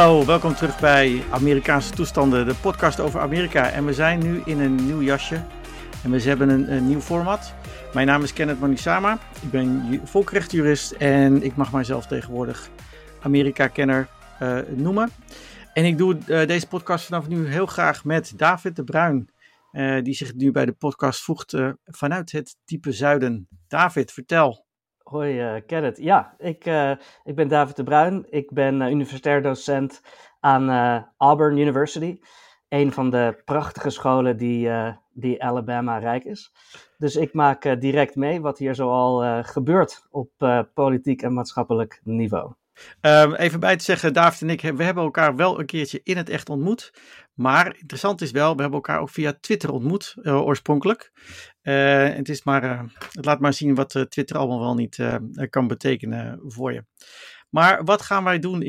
Hallo, welkom terug bij Amerikaanse Toestanden, de podcast over Amerika. En we zijn nu in een nieuw jasje en we hebben een nieuw format. Mijn naam is Kenneth Manusama, ik ben volkenrechtjurist en ik mag mijzelf tegenwoordig Amerika-kenner noemen. En ik doe deze podcast vanaf nu heel graag met David de Bruin, die zich nu bij de podcast voegt vanuit het diepe zuiden. David, vertel. Hoi Kenneth. Ja, ik ben David de Bruin. Ik ben universitair docent aan Auburn University. Een van de prachtige scholen die Alabama rijk is. Dus ik maak direct mee wat hier zoal gebeurt op politiek en maatschappelijk niveau. Even bij te zeggen, David en ik, we hebben elkaar wel een keertje in het echt ontmoet. Maar interessant is wel, we hebben elkaar ook via Twitter ontmoet, oorspronkelijk. Het laat maar zien wat Twitter allemaal wel niet kan betekenen voor je. Maar wat gaan wij doen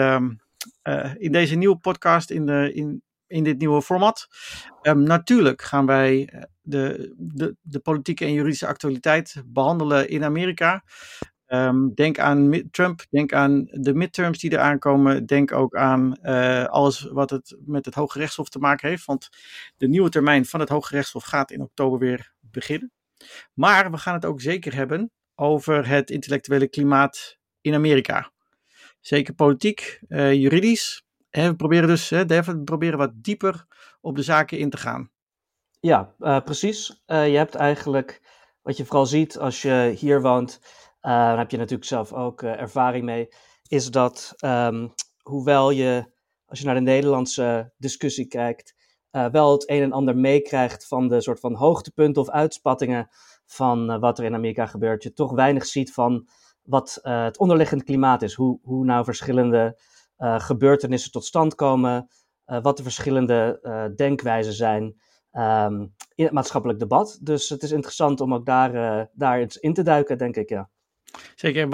in deze nieuwe podcast, in dit nieuwe format? Natuurlijk gaan wij de politieke en juridische actualiteit behandelen in Amerika. Denk aan Trump, denk aan de midterms die eraan komen. Denk ook aan alles wat het met het Hoge Rechtshof te maken heeft. Want de nieuwe termijn van het Hoge Rechtshof gaat in oktober weer beginnen. Maar we gaan het ook zeker hebben over het intellectuele klimaat in Amerika. Zeker politiek, juridisch. En we proberen dus wat dieper op de zaken in te gaan. Ja, precies. Je hebt eigenlijk, wat je vooral ziet als je hier woont, daar heb je natuurlijk zelf ook ervaring mee, is dat hoewel je, als je naar de Nederlandse discussie kijkt, wel het een en ander meekrijgt van de soort van hoogtepunten of uitspattingen van wat er in Amerika gebeurt, je toch weinig ziet van wat het onderliggende klimaat is. Hoe nou verschillende gebeurtenissen tot stand komen, wat de verschillende denkwijzen zijn in het maatschappelijk debat. Dus het is interessant om ook daar eens in te duiken, denk ik, ja. Zeker.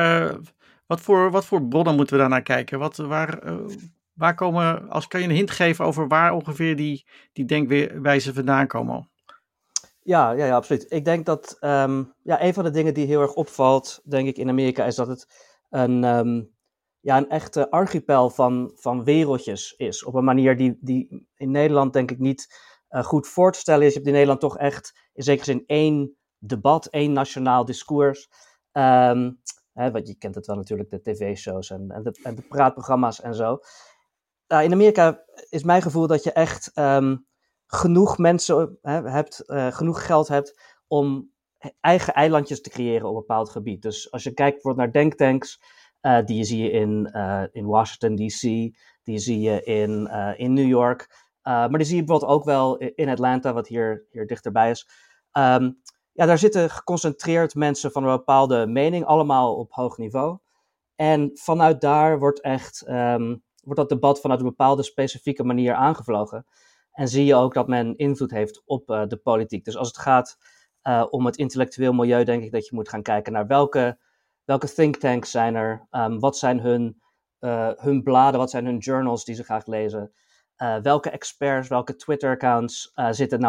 Wat voor bronnen moeten we daar naar kijken? Waar komen, kan je een hint geven over waar ongeveer die denkwijzen vandaan komen? Ja, absoluut. Ik denk dat een van de dingen die heel erg opvalt, denk ik, in Amerika, is dat het een echte archipel van wereldjes is. Op een manier die in Nederland, denk ik, niet goed voor te stellen is. Je hebt in Nederland toch echt, in zekere zin, één debat, één nationaal discours. Want je kent het wel natuurlijk, de tv-shows en de praatprogramma's en zo. In Amerika is mijn gevoel dat je echt genoeg mensen hebt, genoeg geld hebt om eigen eilandjes te creëren op een bepaald gebied. Dus als je kijkt bijvoorbeeld naar denktanks, die zie je in Washington D.C., die zie je in New York, maar die zie je bijvoorbeeld ook wel in Atlanta, wat hier dichterbij is. Daar zitten geconcentreerd mensen van een bepaalde mening, allemaal op hoog niveau. En vanuit daar wordt dat debat vanuit een bepaalde specifieke manier aangevlogen. En zie je ook dat men invloed heeft op de politiek. Dus als het gaat om het intellectueel milieu, denk ik dat je moet gaan kijken naar welke thinktanks zijn er, wat zijn hun bladen, wat zijn hun journals die ze graag lezen, welke experts, welke Twitter-accounts zitten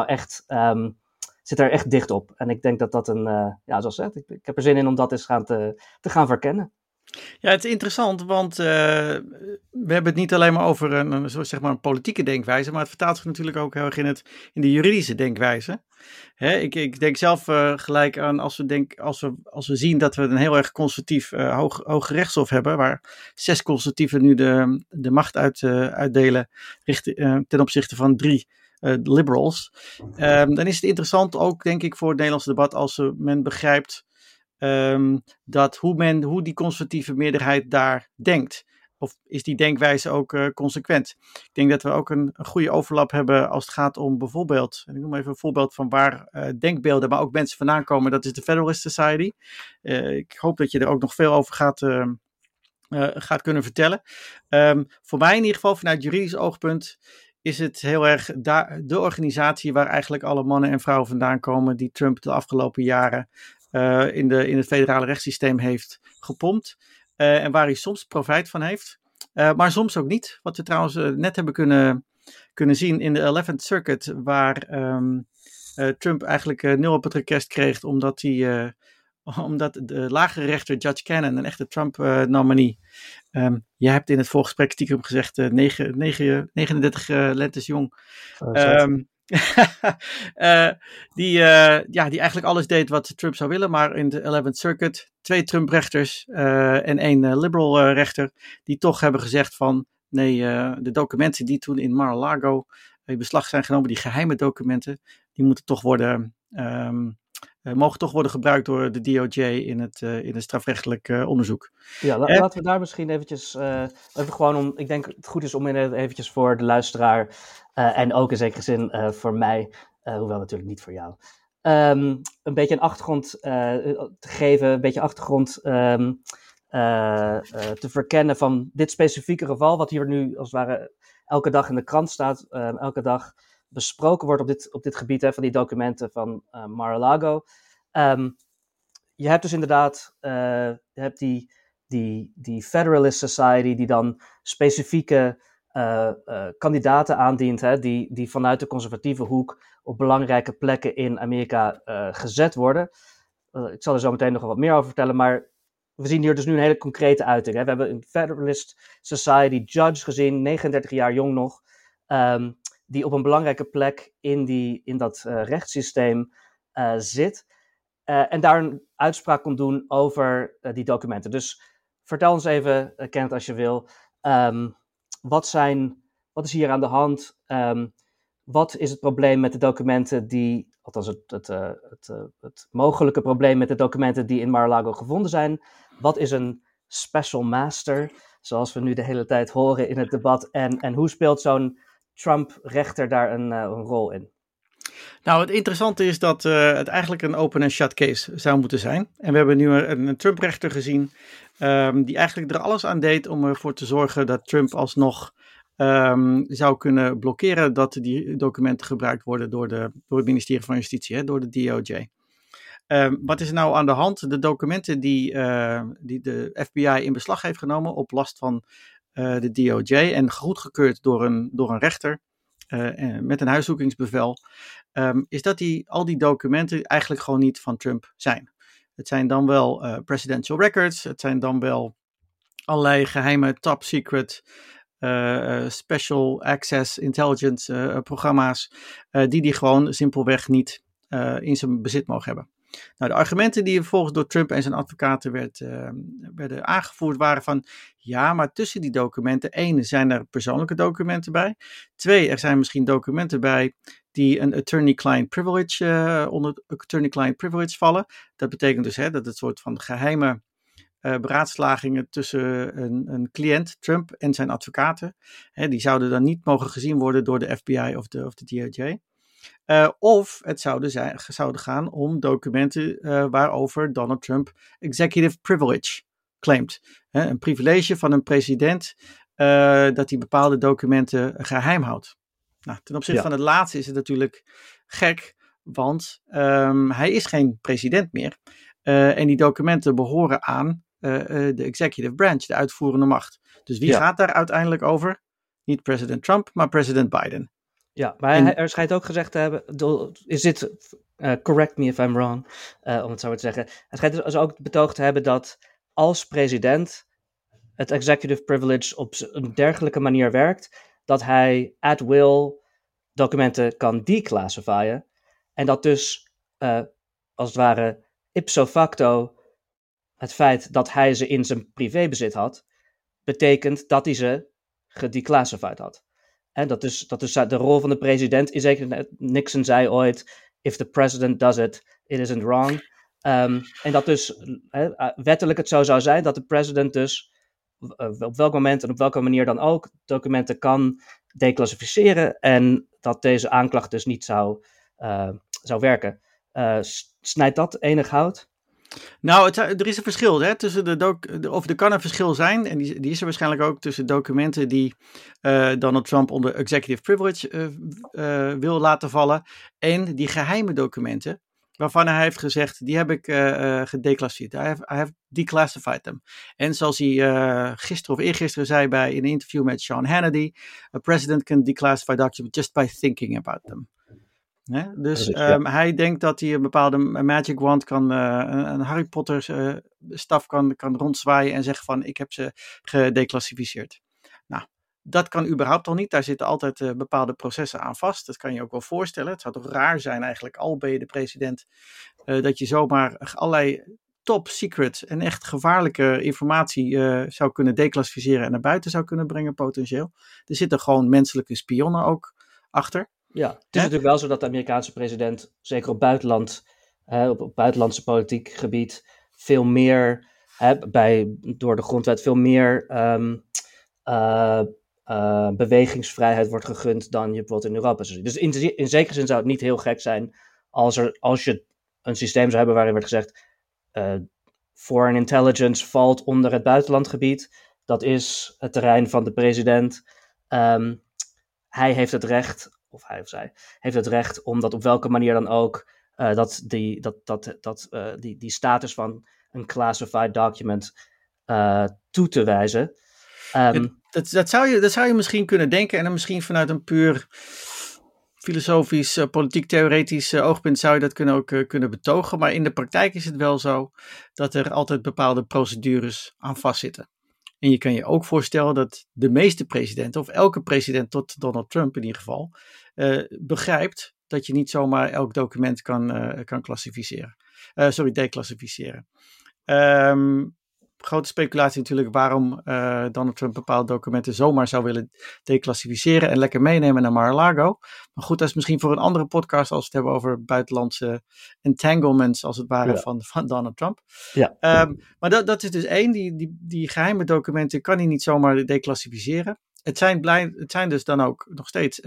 er echt dicht op. En ik denk dat zoals gezegd, ik heb er zin in om dat eens te gaan verkennen. Ja, het is interessant, want we hebben het niet alleen maar over een politieke denkwijze, maar het vertaalt zich natuurlijk ook heel erg in de juridische denkwijze. Ik denk zelf gelijk aan als we zien dat we een heel erg conservatief hoog rechtshof hebben, waar 6 conservatieven nu de macht uitdelen ten opzichte van 3 liberals. Dan is het interessant ook, denk ik, voor het Nederlandse debat als men begrijpt hoe die conservatieve meerderheid daar denkt. Of is die denkwijze ook consequent? Ik denk dat we ook een goede overlap hebben als het gaat om bijvoorbeeld, en ik noem even een voorbeeld van waar denkbeelden, maar ook mensen vandaan komen, dat is de Federalist Society. Ik hoop dat je er ook nog veel over gaat kunnen vertellen. Voor mij in ieder geval, vanuit juridisch oogpunt, is het heel erg de organisatie waar eigenlijk alle mannen en vrouwen vandaan komen die Trump de afgelopen jaren in het federale rechtssysteem heeft gepompt. En waar hij soms profijt van heeft. Maar soms ook niet. Wat we trouwens net hebben kunnen zien in de 11th Circuit. Waar Trump eigenlijk 0 op het request kreeg. Omdat hij omdat de lagere rechter, Judge Cannon, een echte Trump-nominee, je hebt in het voorgesprek stiekem gezegd 39 lentes jong, die eigenlijk alles deed wat Trump zou willen, maar in de 11th Circuit 2 Trump-rechters en 1 liberal-rechter, die toch hebben gezegd van, nee, de documenten die toen in Mar-a-Lago in beslag zijn genomen, die geheime documenten, die moeten toch mogen toch worden gebruikt door de DOJ in het strafrechtelijk onderzoek. Ja, laten we daar misschien eventjes, even gewoon ik denk het goed is om eventjes voor de luisteraar en ook in zekere zin voor mij, hoewel natuurlijk niet voor jou, een beetje een achtergrond te geven, een beetje achtergrond te verkennen van dit specifieke geval, wat hier nu als het ware elke dag in de krant staat, elke dag besproken wordt op dit gebied van die documenten van Mar-a-Lago. Je hebt dus inderdaad die Federalist Society die dan specifieke kandidaten aandient, die vanuit de conservatieve hoek op belangrijke plekken in Amerika gezet worden. Ik zal er zo meteen nog wat meer over vertellen, maar we zien hier dus nu een hele concrete uiting. We hebben een Federalist Society judge gezien, 39 jaar jong nog, die op een belangrijke plek in dat rechtssysteem zit. En daar een uitspraak kon doen over die documenten. Dus vertel ons even, Kenneth, als je wil, wat is hier aan de hand? Wat is het probleem met de documenten althans het mogelijke probleem met de documenten die in Mar-a-Lago gevonden zijn? Wat is een special master, zoals we nu de hele tijd horen in het debat? En hoe speelt zo'n Trump-rechter daar een rol in? Nou, het interessante is dat het eigenlijk een open and shut case zou moeten zijn. En we hebben nu een Trump-rechter gezien die eigenlijk er alles aan deed om ervoor te zorgen dat Trump alsnog zou kunnen blokkeren dat die documenten gebruikt worden door het ministerie van Justitie, door de DOJ. Wat is er nou aan de hand? De documenten die de FBI in beslag heeft genomen op last van de DOJ en goedgekeurd door een rechter met een huiszoekingsbevel, is dat al die documenten eigenlijk gewoon niet van Trump zijn. Het zijn dan wel presidential records, het zijn dan wel allerlei geheime top secret special access intelligence programma's die gewoon simpelweg niet in zijn bezit mogen hebben. Nou, de argumenten die vervolgens door Trump en zijn advocaten werden aangevoerd waren van, ja, maar tussen die documenten, 1, zijn er persoonlijke documenten bij. 2, er zijn misschien documenten bij die een attorney-client privilege, onder attorney-client privilege vallen. Dat betekent dus dat het soort van geheime beraadslagingen tussen een cliënt, Trump, en zijn advocaten, die zouden dan niet mogen gezien worden door de FBI of de DOJ. Of het zouden gaan om documenten waarover Donald Trump executive privilege claimt. Een privilege van een president dat hij bepaalde documenten geheim houdt. Nou, ten opzichte van het laatste is het natuurlijk gek, want hij is geen president meer. En die documenten behoren aan de executive branch, de uitvoerende macht. Dus wie gaat daar uiteindelijk over? Niet president Trump, maar president Biden. Ja, maar er schijnt ook gezegd te hebben, is dit, correct me if I'm wrong, om het zo maar te zeggen. Hij schijnt dus ook betoogd te hebben dat als president het executive privilege op een dergelijke manier werkt, dat hij at will documenten kan declassifyen. En dat dus, als het ware, ipso facto, het feit dat hij ze in zijn privébezit had, betekent dat hij ze gedeclassified had. En dat is de rol van de president. Nixon zei ooit, if the president does it, it isn't wrong. En dat dus wettelijk het zo zou zijn dat de president dus op welk moment en op welke manier dan ook documenten kan declassificeren en dat deze aanklacht dus niet zou werken. Snijdt dat enig hout? Nou, er is een verschil tussen of er kan een verschil zijn, en die is er waarschijnlijk ook tussen documenten die Donald Trump onder executive privilege wil laten vallen en die geheime documenten waarvan hij heeft gezegd, die heb ik gedeclassificeerd. I have declassified them. En zoals hij gisteren of eergisteren zei in een interview met Sean Hannity, a president can declassify documents just by thinking about them. Hè? Dus Precies, ja. hij denkt dat hij een bepaalde magic wand kan, een Harry Potter staf kan rondzwaaien en zeggen van ik heb ze gedeclassificeerd. Nou, dat kan überhaupt al niet. Daar zitten altijd bepaalde processen aan vast. Dat kan je ook wel voorstellen. Het zou toch raar zijn eigenlijk, al ben je de president, dat je zomaar allerlei top secret en echt gevaarlijke informatie zou kunnen declassificeren en naar buiten zou kunnen brengen potentieel. Er zitten gewoon menselijke spionnen ook achter. Ja, het is natuurlijk wel zo dat de Amerikaanse president, zeker op buitenland, op buitenlandse politiek gebied, veel meer, door de grondwet, veel meer bewegingsvrijheid wordt gegund dan je bijvoorbeeld in Europa ziet. Dus in zekere zin zou het niet heel gek zijn als je een systeem zou hebben waarin werd gezegd, foreign intelligence valt onder het buitenlandgebied. Dat is het terrein van de president. Hij heeft het recht, of hij of zij, heeft het recht om dat op welke manier dan ook, die status van een classified document toe te wijzen. Dat zou je misschien kunnen denken en dan misschien vanuit een puur filosofisch, politiek-theoretisch oogpunt zou je dat kunnen betogen. Maar in de praktijk is het wel zo dat er altijd bepaalde procedures aan vastzitten. En je kan je ook voorstellen dat de meeste presidenten, of elke president tot Donald Trump in ieder geval, begrijpt dat je niet zomaar elk document kan declassificeren. Grote speculatie natuurlijk waarom Donald Trump bepaalde documenten zomaar zou willen declassificeren en lekker meenemen naar Mar-a-Lago. Maar goed, dat is misschien voor een andere podcast als we het hebben over buitenlandse entanglements als het ware van Donald Trump. Ja. Maar dat is dus één, die geheime documenten kan hij niet zomaar declassificeren. Het zijn dus dan ook nog steeds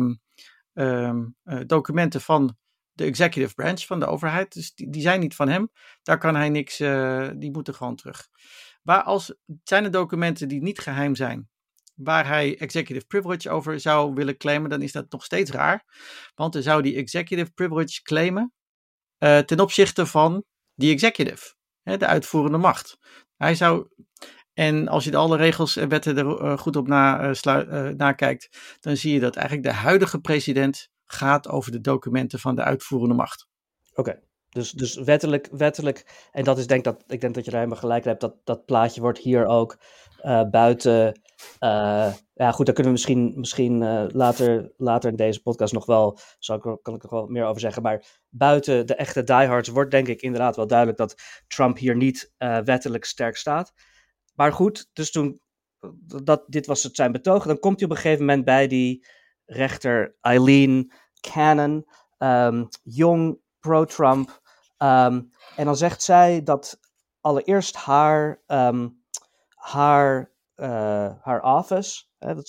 documenten van de executive branch van de overheid. Dus die zijn niet van hem. Daar kan hij niks, die moeten gewoon terug. Zijn er documenten die niet geheim zijn, waar hij executive privilege over zou willen claimen, dan is dat nog steeds raar. Want dan zou die executive privilege claimen ten opzichte van die executive, de uitvoerende macht. En als je alle regels en wetten er goed op nakijkt, dan zie je dat eigenlijk de huidige president gaat over de documenten van de uitvoerende macht. Oké. Dus wettelijk, en dat is ik denk dat je daar helemaal gelijk hebt, dat plaatje wordt hier ook buiten, ja goed, daar kunnen we misschien later in deze podcast nog wel, kan ik nog wel meer over zeggen, maar buiten de echte diehards wordt denk ik inderdaad wel duidelijk dat Trump hier niet wettelijk sterk staat. Maar goed, dus dit was zijn betoog, dan komt hij op een gegeven moment bij die rechter Eileen Cannon, jong, pro-Trump. En dan zegt zij dat allereerst haar office, dat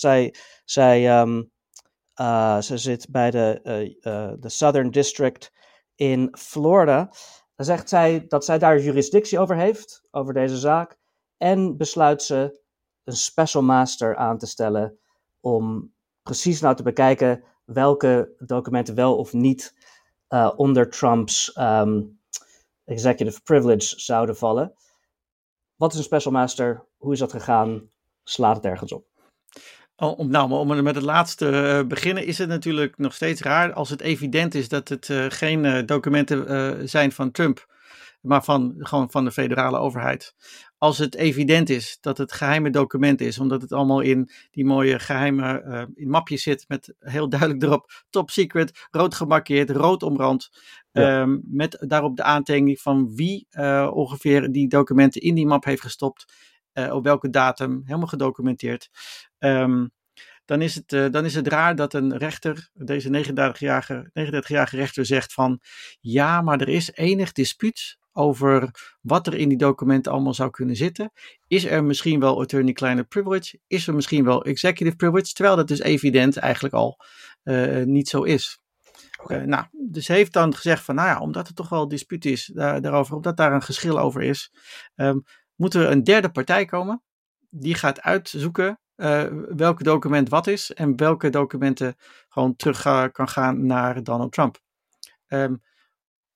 ze zit bij de Southern District in Florida. Dan zegt zij dat zij daar jurisdictie over heeft, over deze zaak. En besluit ze een special master aan te stellen om precies nou te bekijken welke documenten wel of niet onder Trumps executive privilege zouden vallen. Wat is een special master? Hoe is dat gegaan? Slaat het ergens op? Om met het laatste beginnen, is het natuurlijk nog steeds raar als het evident is dat het geen documenten zijn van Trump, maar gewoon van de federale overheid. Als het evident is dat het geheime document is, omdat het allemaal in die mooie geheime in mapjes zit met heel duidelijk erop top secret, rood gemarkeerd, rood omrand, met daarop de aantekening van wie ongeveer die documenten in die map heeft gestopt, op welke datum, helemaal gedocumenteerd. Dan is het raar dat een rechter, deze 39-jarige rechter, zegt van ja, maar er is enig dispuut over wat er in die documenten allemaal zou kunnen zitten. Is er misschien wel attorney-client privilege? Is er misschien wel executive privilege? Terwijl dat dus evident eigenlijk al niet zo is. Okay. Dus ze heeft dan gezegd van omdat er toch wel dispuut is daarover, omdat daar een geschil over is, moet er een derde partij komen die gaat uitzoeken welke document wat is en welke documenten gewoon terug kan gaan naar Donald Trump.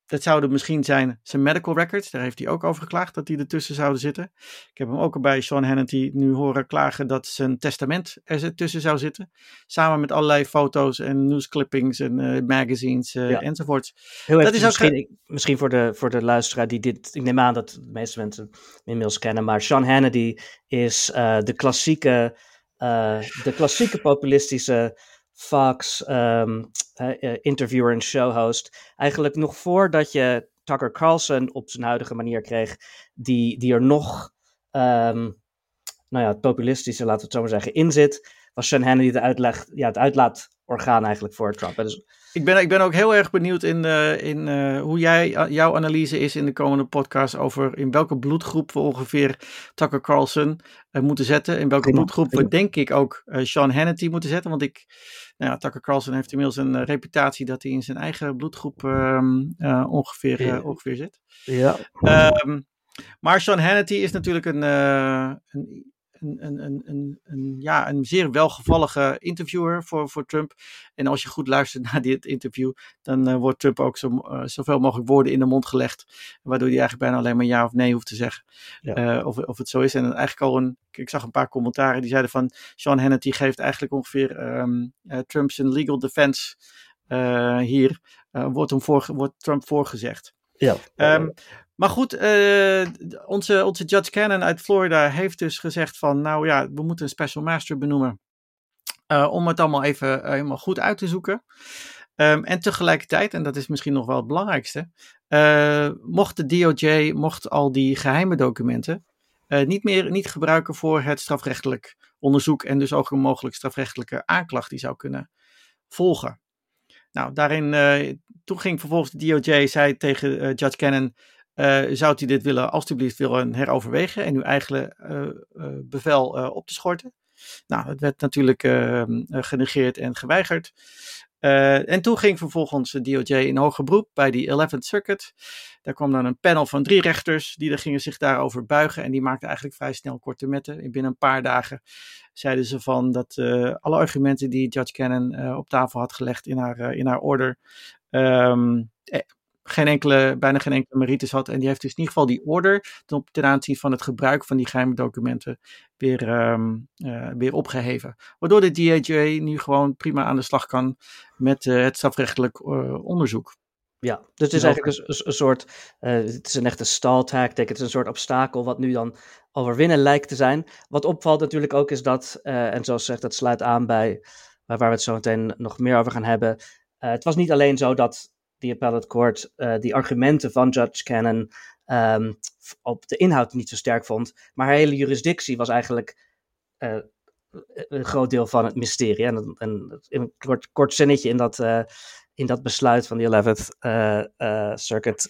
Dat zouden misschien zijn medical records. Daar heeft hij ook over geklaagd dat die ertussen zouden zitten. Ik heb hem ook bij Sean Hannity nu horen klagen dat zijn testament er tussen zou zitten. Samen met allerlei foto's en nieuwsclippings en magazines enzovoort. Heel even, dat is misschien voor de luisteraar die dit... Ik neem aan dat de meeste mensen inmiddels kennen. Maar Sean Hannity is de klassieke populistische Fox interviewer en showhost. Eigenlijk nog voordat je Tucker Carlson op zijn huidige manier kreeg, die er nog het populistische, laten we het zo maar zeggen, in zit, was Sean Hannity het uitlaatorgaan eigenlijk voor Trump. Dus Ik ben ook heel erg benieuwd in hoe jouw analyse is in de komende podcast over in welke bloedgroep we ongeveer Tucker Carlson moeten zetten. In welke bloedgroep we denk ik ook Sean Hannity moeten zetten. Want Tucker Carlson heeft inmiddels een reputatie dat hij in zijn eigen bloedgroep ongeveer zit. Ja. Maar Sean Hannity is natuurlijk een zeer welgevallige interviewer voor Trump. En als je goed luistert naar dit interview, dan wordt Trump ook zoveel mogelijk woorden in de mond gelegd. Waardoor hij eigenlijk bijna alleen maar ja of nee hoeft te zeggen. Ja. Of het zo is. En eigenlijk ik zag een paar commentaren die zeiden van Sean Hannity geeft eigenlijk ongeveer Trump zijn legal defense hier. Wordt Trump voorgezegd. Ja. Maar goed, onze Judge Cannon uit Florida heeft dus gezegd van we moeten een special master benoemen om het allemaal even helemaal goed uit te zoeken. En tegelijkertijd, en dat is misschien nog wel het belangrijkste, mocht de DOJ al die geheime documenten niet gebruiken voor het strafrechtelijk onderzoek en dus ook een mogelijk strafrechtelijke aanklacht die zou kunnen volgen. Nou, toen ging vervolgens de DOJ, zei tegen Judge Cannon, zou u dit alstublieft willen heroverwegen en uw eigen bevel op te schorten? Nou, het werd natuurlijk genegeerd en geweigerd. En toen ging vervolgens de DOJ in hoger beroep bij die 11th Circuit. Daar kwam dan een panel van 3 rechters, die gingen zich daarover buigen en die maakten eigenlijk vrij snel korte metten. Binnen een paar dagen zeiden ze van dat alle argumenten die Judge Cannon op tafel had gelegd in haar order bijna geen enkele merites had. En die heeft dus in ieder geval die order ten aanzien van het gebruik van die geheime documenten weer opgeheven. Waardoor de DOJ nu gewoon prima aan de slag kan met het strafrechtelijk onderzoek. Ja, dus het is eigenlijk een soort, het is een echte stall-tactic, het is een soort obstakel wat nu dan overwinnen lijkt te zijn. Wat opvalt natuurlijk ook is dat, en zoals gezegd, dat sluit aan bij waar we het zo meteen nog meer over gaan hebben. Het was niet alleen zo dat die appellate court die argumenten van Judge Cannon op de inhoud niet zo sterk vond, maar haar hele jurisdictie was eigenlijk een groot deel van het mysterie. En een kort zinnetje in dat besluit van de 11th Circuit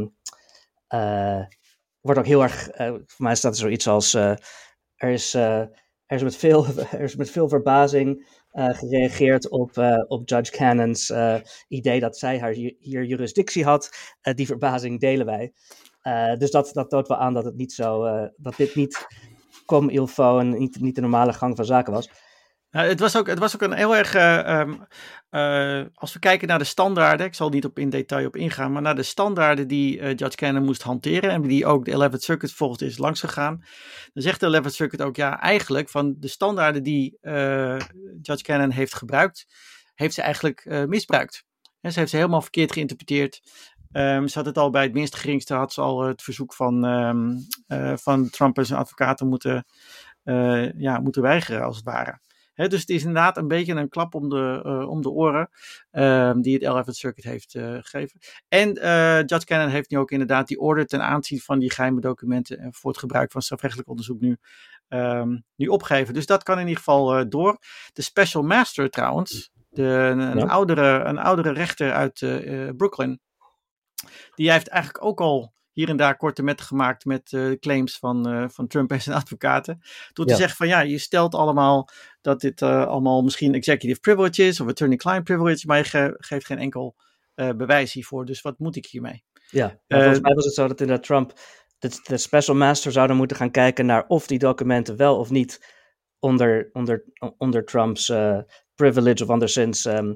wordt ook heel erg, voor mij staat er zoiets als er is met veel verbazing gereageerd op Judge Cannon's idee dat zij hier jurisdictie had. Die verbazing delen wij. Dus dat toont wel aan dat het niet zo, dat dit niet comme il faut en niet de normale gang van zaken was. Het was ook een heel erg, als we kijken naar de standaarden, ik zal niet in detail op ingaan, maar naar de standaarden die Judge Cannon moest hanteren en die ook de 11th Circuit volgens is langs gegaan, dan zegt de 11th Circuit ook eigenlijk van de standaarden die Judge Cannon heeft gebruikt, heeft ze eigenlijk misbruikt. En ze heeft ze helemaal verkeerd geïnterpreteerd. Ze had het al bij het minste geringste, had ze al het verzoek van Trump en zijn advocaten moeten weigeren als het ware. Dus het is inderdaad een beetje een klap om de oren die het 11th Circuit heeft gegeven. En Judge Cannon heeft nu ook inderdaad die order ten aanzien van die geheime documenten voor het gebruik van strafrechtelijk onderzoek nu opgegeven. Dus dat kan in ieder geval door. De special master trouwens, een oudere rechter uit Brooklyn, die heeft eigenlijk ook al hier en daar korte metten gemaakt met claims van Trump en zijn advocaten. Door te zeggen van je stelt allemaal dat dit allemaal misschien executive privilege is of attorney-client privilege, maar je geeft geen enkel bewijs hiervoor. Dus wat moet ik hiermee? Ja, volgens mij was het zo dat inderdaad Trump, de special master zouden moeten gaan kijken naar of die documenten wel of niet onder Trumps privilege of anderszins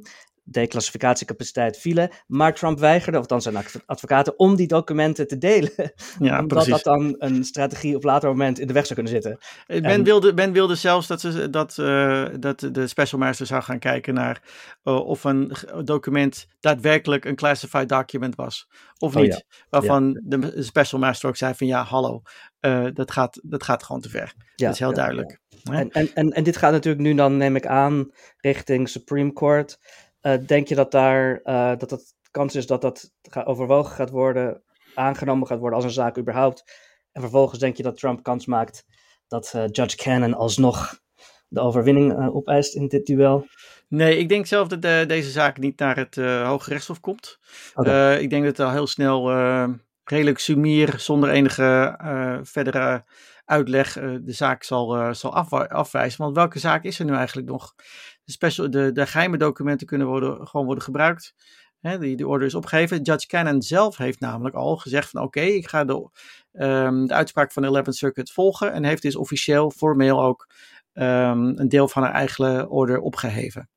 declassificatiecapaciteit vielen. Maar Trump weigerde, of dan zijn advocaten, om die documenten te delen. Ja, omdat precies. dat dan een strategie op later moment in de weg zou kunnen zitten. Men wilde zelfs dat de special master zou gaan kijken naar of een document daadwerkelijk een classified document was. Of niet. Ja. Waarvan de special master ook zei van ja, hallo, dat gaat gewoon te ver. Dat is heel duidelijk. Ja. En dit gaat natuurlijk nu dan, neem ik aan, richting Supreme Court. Denk je dat dat kans is dat overwogen gaat worden, aangenomen gaat worden als een zaak überhaupt? En vervolgens denk je dat Trump kans maakt dat Judge Cannon alsnog de overwinning opeist in dit duel? Nee, ik denk zelf dat deze zaak niet naar het Hoge Rechtshof komt. Okay. Ik denk dat het al heel snel redelijk sumier, zonder enige verdere uitleg, de zaak zal afwijzen. Want welke zaak is er nu eigenlijk nog? De geheime documenten kunnen gewoon worden gebruikt. Die order is opgegeven. Judge Cannon zelf heeft namelijk al gezegd van oké, ik ga de uitspraak van de 11th Circuit volgen. En heeft dus officieel, formeel ook een deel van haar eigen order opgeheven.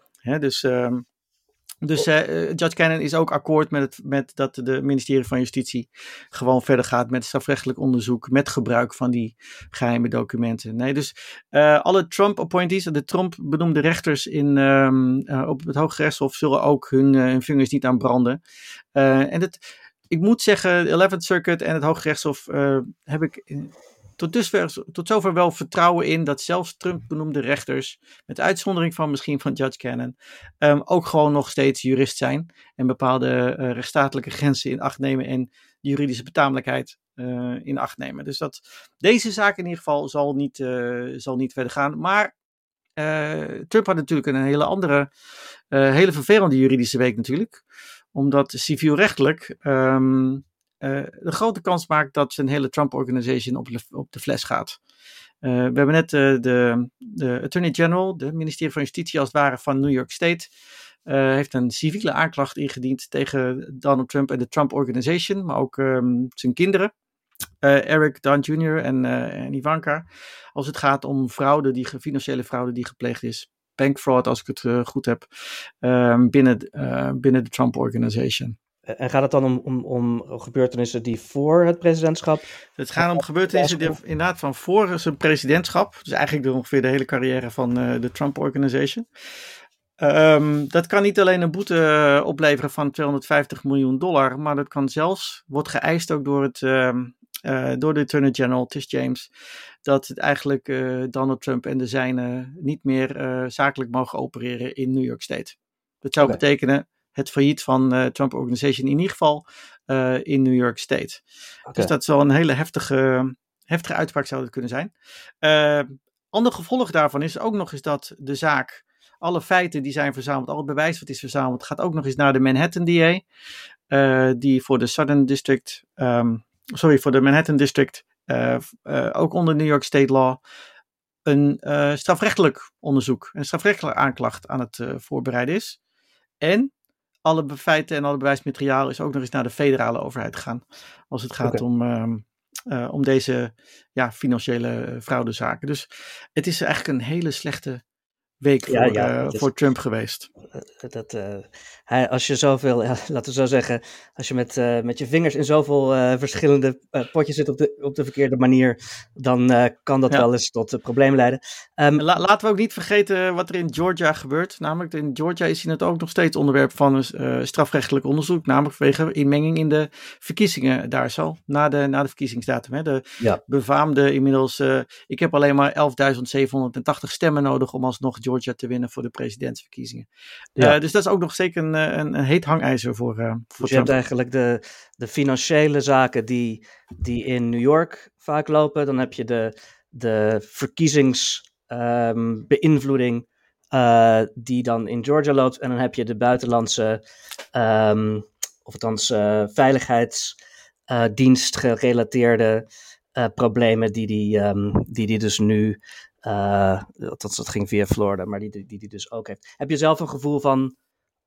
Judge Cannon is ook akkoord met dat de ministerie van Justitie gewoon verder gaat met strafrechtelijk onderzoek met gebruik van die geheime documenten. Nee, dus alle Trump-appointees, de Trump-benoemde rechters op het Hoge Rechtshof zullen ook hun vingers niet aan branden. Ik moet zeggen, de 11th Circuit en het Hoge Rechtshof heb ik tot zover wel vertrouwen in dat zelfs Trump-benoemde rechters, met uitzondering van misschien van Judge Cannon, ook gewoon nog steeds jurist zijn en bepaalde rechtsstatelijke grenzen in acht nemen en de juridische betamelijkheid in acht nemen. Dus deze zaak in ieder geval zal niet verder gaan. Maar Trump had natuurlijk een hele andere, hele vervelende juridische week natuurlijk, omdat civielrechtelijk de grote kans maakt dat zijn hele Trump-organization op de fles gaat. We hebben net de Attorney General, de ministerie van Justitie als het ware van New York State, heeft een civiele aanklacht ingediend tegen Donald Trump en de Trump Organization, maar ook zijn kinderen, Eric, Don Jr. en Ivanka, als het gaat om financiële fraude die gepleegd is. Bank fraud, als ik het goed heb, binnen de Trump Organization. En gaat het dan om gebeurtenissen die voor het presidentschap? Het gaat om gebeurtenissen die inderdaad van voor zijn presidentschap. Dus eigenlijk ongeveer de hele carrière van de Trump Organization. Dat kan niet alleen een boete opleveren van $250 miljoen. Maar dat kan zelfs, wordt geëist ook door de Attorney General, Tish James, dat het eigenlijk Donald Trump en de zijnen niet meer zakelijk mogen opereren in New York State. Dat zou betekenen het failliet van Trump Organization in ieder geval in New York State. Dus dat zal een hele heftige uitspraak zou dat kunnen zijn. Ander gevolg daarvan is ook nog eens dat de zaak, alle feiten die zijn verzameld, al het bewijs wat is verzameld, gaat ook nog eens naar de Manhattan DA, die voor de Manhattan District, ook onder New York State law, een strafrechtelijk onderzoek, een strafrechtelijke aanklacht aan het voorbereiden is. En alle feiten en alle bewijsmateriaal is ook nog eens naar de federale overheid gegaan. Als het gaat om deze financiële fraudezaken. Dus het is eigenlijk een hele slechte week voor Trump geweest. Als je zoveel, laten we zo zeggen, als je met je vingers in zoveel verschillende potjes zit op de verkeerde manier, dan kan dat wel eens tot problemen leiden. Laten we ook niet vergeten wat er in Georgia gebeurt. Namelijk in Georgia is het ook nog steeds onderwerp van een strafrechtelijk onderzoek. Namelijk vanwege inmenging in de verkiezingen daar zo. Na de verkiezingsdatum. Hè. De befaamde inmiddels, ik heb alleen maar 11.780 stemmen nodig om alsnog Georgia te winnen voor de presidentsverkiezingen. Dus dat is ook nog zeker een heet hangijzer voor dus Trump. Je hebt eigenlijk de financiële zaken die in New York vaak lopen. Dan heb je de verkiezingsbeïnvloeding die dan in Georgia loopt. En dan heb je de buitenlandse, of althans veiligheidsdienst gerelateerde problemen die dus nu, dat ging via Florida, maar die dus ook heeft. Heb je zelf een gevoel van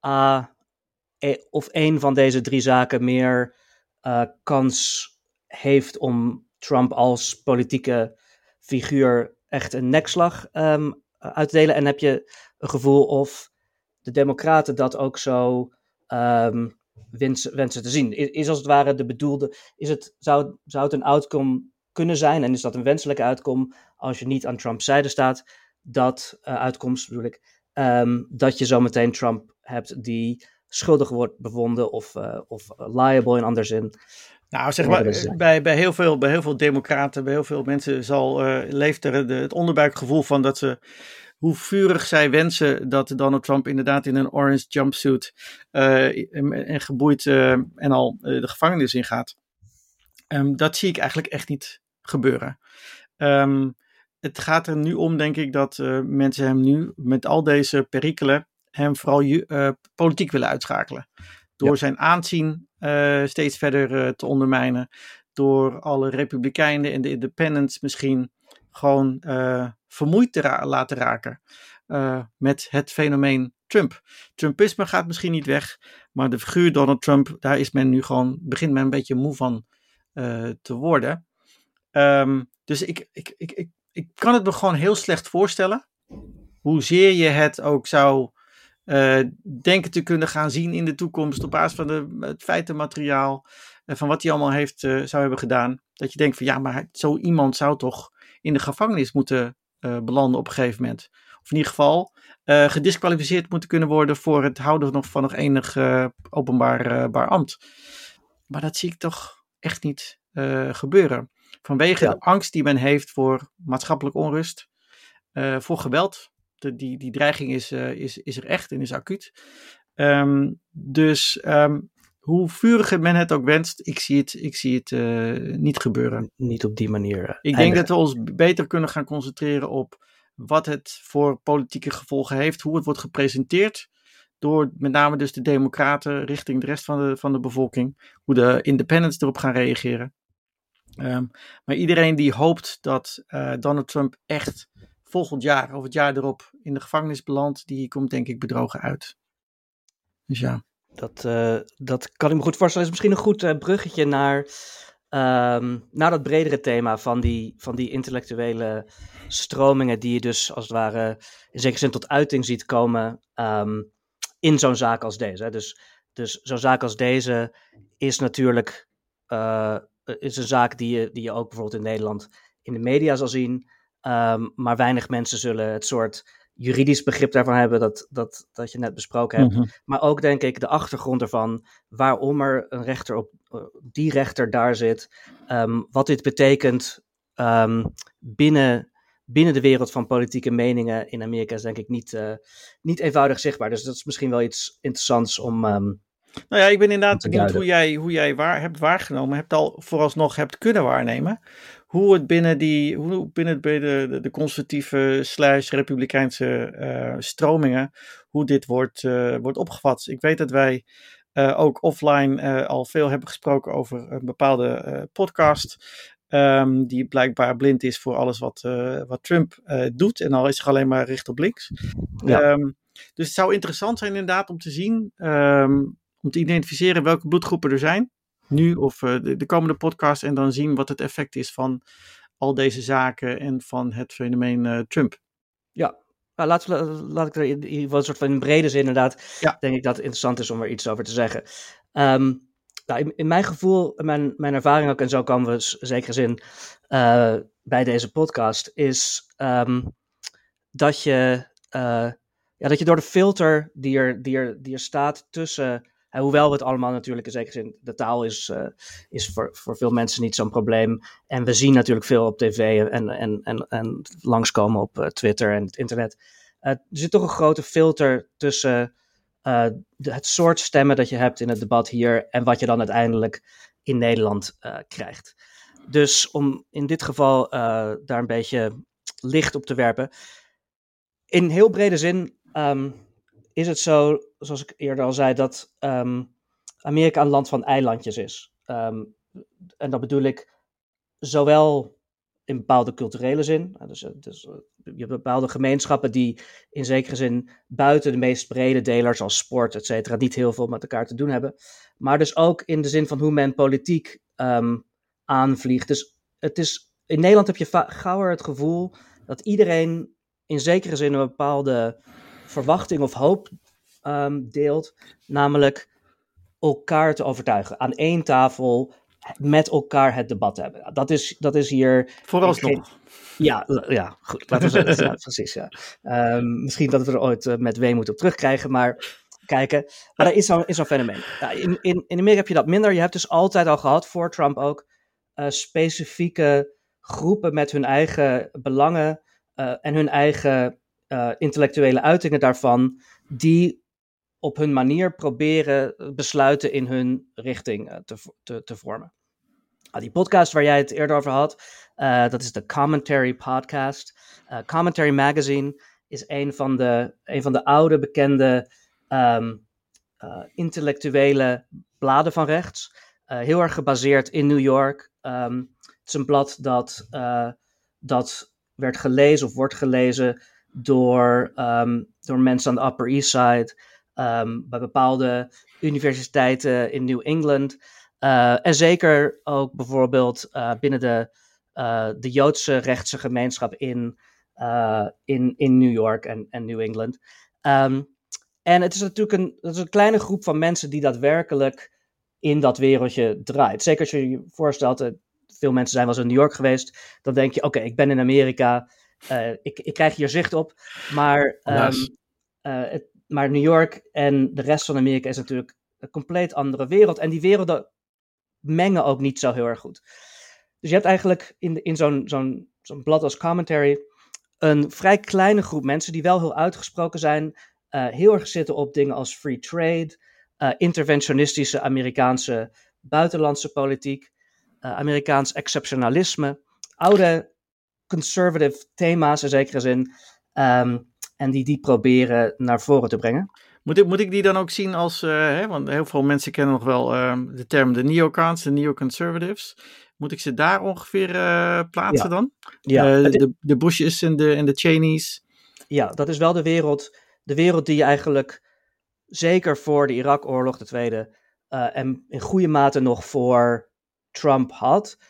of een van deze drie zaken meer kans heeft om Trump als politieke figuur echt een nekslag uit te delen? En heb je een gevoel of de Democraten dat ook zo wensen te zien. Is als het ware de bedoelde, zou het een outcome kunnen zijn, en is dat een wenselijke uitkom als je niet aan Trumps zijde staat, uitkomst bedoel ik, dat je zo meteen Trump hebt die schuldig wordt bevonden of liable in andere zin. Nou, zeg maar, bij heel veel democraten, bij heel veel mensen leeft er het onderbuikgevoel van dat ze, hoe vurig zij wensen dat Donald Trump inderdaad in een orange jumpsuit en geboeid en al de gevangenis ingaat. Dat zie ik eigenlijk echt niet gebeuren. Het gaat er nu om, denk ik, dat mensen hem nu met al deze perikelen hem vooral politiek willen uitschakelen. Door zijn aanzien steeds verder te ondermijnen. Door alle republikeinen en de independents misschien gewoon vermoeid te laten raken met het fenomeen Trump. Trumpisme gaat misschien niet weg, maar de figuur Donald Trump, daar begint men een beetje moe van te worden. Dus ik kan het me gewoon heel slecht voorstellen. Hoezeer je het ook zou denken te kunnen gaan zien in de toekomst op basis van het feitenmateriaal van wat hij allemaal zou hebben gedaan. Dat je denkt van ja, maar zo iemand zou toch in de gevangenis moeten belanden op een gegeven moment. Of in ieder geval gedisqualificeerd moeten kunnen worden voor het houden van nog enig openbaar ambt. Maar dat zie ik toch echt niet gebeuren. Vanwege de angst die men heeft voor maatschappelijk onrust, voor geweld. Die dreiging is er echt en is acuut. Dus hoe vuriger men het ook wenst, ik zie het niet gebeuren. Niet op die manier. Ik denk dat we ons beter kunnen gaan concentreren op wat het voor politieke gevolgen heeft, hoe het wordt gepresenteerd door met name dus de democraten richting de rest van de bevolking, hoe de independents erop gaan reageren. Maar iedereen die hoopt dat Donald Trump echt volgend jaar of het jaar erop in de gevangenis belandt, die komt denk ik bedrogen uit. Dus ja. Dat kan ik me goed voorstellen. Is misschien een goed bruggetje naar dat bredere thema van die intellectuele stromingen die je dus als het ware in zekere zin tot uiting ziet komen in zo'n zaak als deze. Hè. Dus zo'n zaak als deze is natuurlijk is een zaak die je ook bijvoorbeeld in Nederland in de media zal zien. Maar weinig mensen zullen het soort juridisch begrip daarvan hebben dat je net besproken hebt. Mm-hmm. Maar ook denk ik de achtergrond ervan, waarom er een rechter die rechter daar zit. Wat dit betekent binnen de wereld van politieke meningen in Amerika is denk ik niet eenvoudig zichtbaar. Dus dat is misschien wel iets interessants om nou ja, ik ben inderdaad benieuwd hoe jij hebt waargenomen, vooralsnog hebt kunnen waarnemen. Hoe het binnen de conservatieve / republikeinse stromingen, hoe dit wordt opgevat. Ik weet dat wij ook offline al veel hebben gesproken over een bepaalde podcast, die blijkbaar blind is voor alles wat Trump doet en al is zich alleen maar richt op links. Ja. Dus het zou interessant zijn inderdaad om te zien, om te identificeren welke bloedgroepen er zijn. Nu of de komende podcast en dan zien wat het effect is van al deze zaken en van het fenomeen Trump. Ja, nou, laat ik er in ieder geval een soort van in brede zin inderdaad, denk ik dat het interessant is om er iets over te zeggen. Nou, in mijn gevoel, mijn ervaring ook, en zo komen we in zekere zin bij deze podcast, is dat je door de filter die er staat tussen, hoewel we het allemaal natuurlijk in zekere zin, de taal is voor veel mensen niet zo'n probleem. En we zien natuurlijk veel op tv en langskomen op Twitter en het internet. Er zit toch een grote filter tussen het soort stemmen dat je hebt in het debat hier en wat je dan uiteindelijk in Nederland krijgt. Dus om in dit geval daar een beetje licht op te werpen. In heel brede zin is het zo, zoals ik eerder al zei, dat Amerika een land van eilandjes is. En dat bedoel ik zowel in bepaalde culturele zin. Dus je hebt bepaalde gemeenschappen die in zekere zin buiten de meest brede delers als sport, et cetera, niet heel veel met elkaar te doen hebben. Maar dus ook in de zin van hoe men politiek aanvliegt. Dus in Nederland heb je gauwer het gevoel dat iedereen in zekere zin een bepaalde verwachting of hoop deelt, namelijk elkaar te overtuigen. Aan één tafel met elkaar het debat hebben. Dat is hier... Vooralsnog. Ja, goed. Laten we zeggen, ja, precies, ja. Misschien dat we er ooit met weemoed op terugkrijgen, maar kijken. Maar er is zo'n fenomeen. Ja, in Amerika heb je dat minder. Je hebt dus altijd al gehad, voor Trump ook, specifieke groepen met hun eigen belangen en hun eigen intellectuele uitingen daarvan, die op hun manier proberen besluiten in hun richting te vormen. Die podcast waar jij het eerder over had, dat is de Commentary Podcast. Commentary Magazine is een van de oude bekende intellectuele bladen van rechts. Heel erg gebaseerd in New York. Het is een blad dat werd gelezen of wordt gelezen door mensen aan de Upper East Side, bij bepaalde universiteiten in New England. En zeker ook bijvoorbeeld binnen de Joodse rechtse gemeenschap in New York en New England. En het is natuurlijk een kleine groep van mensen die daadwerkelijk in dat wereldje draait. Zeker als je je voorstelt, veel mensen zijn wel eens in New York geweest, dan denk je, oké, ik ben in Amerika, ik krijg hier zicht op, maar maar New York en de rest van Amerika is natuurlijk een compleet andere wereld. En die werelden mengen ook niet zo heel erg goed. Dus je hebt eigenlijk in zo'n blad als Commentary een vrij kleine groep mensen die wel heel uitgesproken zijn, heel erg zitten op dingen als free trade, interventionistische Amerikaanse buitenlandse politiek, Amerikaans exceptionalisme, oude conservative thema's in zekere zin, en die proberen naar voren te brengen. Moet ik die dan ook zien als, want heel veel mensen kennen nog wel de term de neocons, de neoconservatives. Moet ik ze daar ongeveer plaatsen dan? Ja. De Bushes en de Cheneys. Ja, dat is wel de wereld die je eigenlijk zeker voor de Irak-oorlog, de tweede, en in goede mate nog voor Trump had.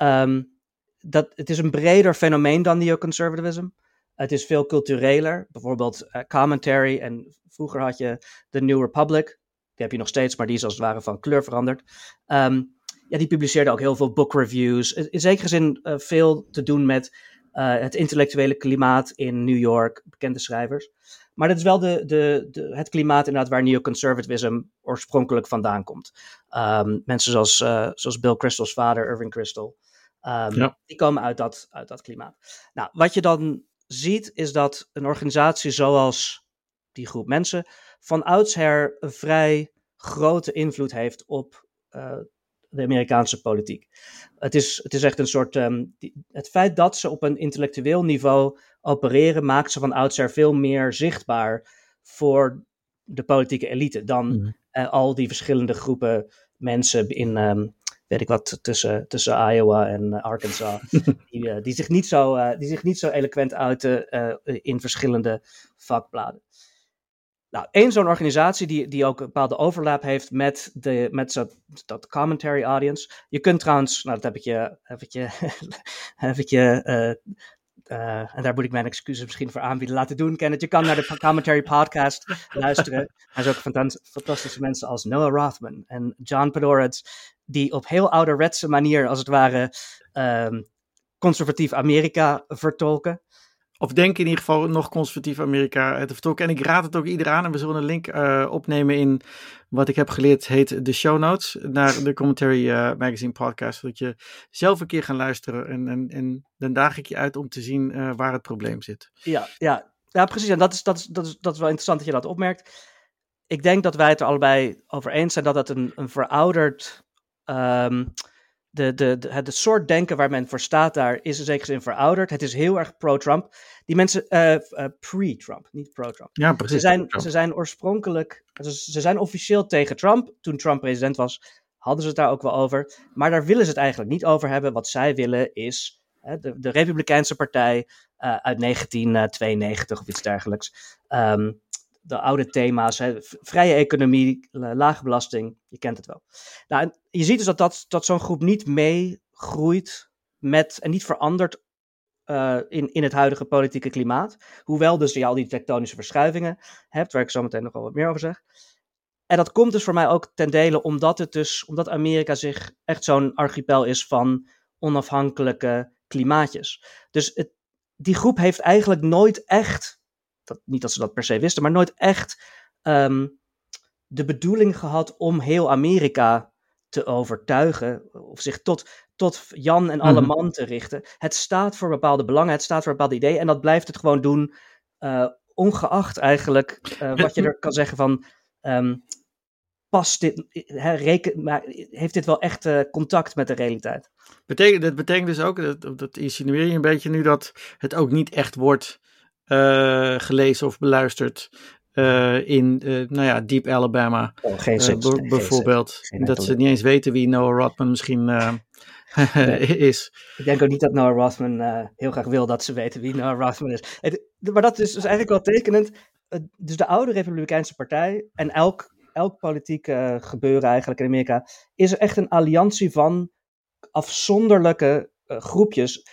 Het is een breder fenomeen dan neoconservatism. Het is veel cultureler. Bijvoorbeeld Commentary en vroeger had je The New Republic. Die heb je nog steeds, maar die is als het ware van kleur veranderd. Die publiceerde ook heel veel book reviews. In zekere zin veel te doen met het intellectuele klimaat in New York, bekende schrijvers. Maar dat is wel het klimaat inderdaad waar neoconservatism oorspronkelijk vandaan komt. Mensen zoals Bill Kristol's vader, Irving Kristol, die komen uit dat klimaat. Nou, wat je dan ziet is dat een organisatie zoals die groep mensen van oudsher een vrij grote invloed heeft op de Amerikaanse politiek. Het is echt een soort... het feit dat ze op een intellectueel niveau opereren maakt ze van oudsher veel meer zichtbaar voor de politieke elite dan al die verschillende groepen mensen in... weet ik wat, tussen Iowa en Arkansas, die zich niet zo eloquent uiten in verschillende vakbladen. Nou, één zo'n organisatie die ook een bepaalde overlap heeft met dat commentary audience. Je kunt trouwens, nou dat heb ik je en daar moet ik mijn excuses misschien voor aanbieden, laten doen, Kenneth. Je kan naar de Commentary Podcast luisteren. Er zijn ook fantastische mensen als Noah Rothman en John Podhoretz, die op heel ouderwetse manier, als het ware, conservatief Amerika vertolken. Of denk in ieder geval nog conservatief Amerika te vertolken. En ik raad het ook iedereen aan. En we zullen een link opnemen in wat ik heb geleerd heet de show notes. Naar de Commentary Magazine podcast. Zodat je zelf een keer gaat luisteren. En dan daag ik je uit om te zien waar het probleem zit. Ja, precies. En dat is wel interessant dat je dat opmerkt. Ik denk dat wij het er allebei over eens zijn dat het een verouderd... Het soort denken waar men voor staat daar is in zekere zin verouderd. Het is heel erg pro-Trump. Die mensen, pre-Trump, niet pro-Trump. Ja, precies. Ze zijn oorspronkelijk, ze zijn officieel tegen Trump. Toen Trump president was, hadden ze het daar ook wel over. Maar daar willen ze het eigenlijk niet over hebben. Wat zij willen is de Republikeinse partij uit 1992 of iets dergelijks. De oude thema's, vrije economie, lage belasting, je kent het wel. Nou, en je ziet dus dat zo'n groep niet meegroeit met en niet verandert in het huidige politieke klimaat. Hoewel dus je al die tektonische verschuivingen hebt, waar ik zo meteen nog wel wat meer over zeg. En dat komt dus voor mij ook ten dele omdat Amerika zich echt zo'n archipel is van onafhankelijke klimaatjes. Dus die groep heeft eigenlijk nooit echt, niet dat ze dat per se wisten, maar nooit echt de bedoeling gehad om heel Amerika te overtuigen of zich tot Jan en alle man te richten. Het staat voor bepaalde belangen, het staat voor bepaalde ideeën en dat blijft het gewoon doen, ongeacht eigenlijk wat je er kan zeggen van, past dit, heeft dit wel echt contact met de realiteit? Dat betekent dus ook, dat insinueer je een beetje nu, dat het ook niet echt wordt gelezen of beluisterd in Deep Alabama. Geen zin. Bijvoorbeeld. Dat ze niet eens weten wie Noah Rodman misschien is. Ik denk ook niet dat Noah Rodman heel graag wil dat ze weten wie Noah Rodman is. Maar dat is dus eigenlijk wel tekenend. Dus de oude Republikeinse Partij en elk politiek gebeuren eigenlijk in Amerika is er echt een alliantie van afzonderlijke groepjes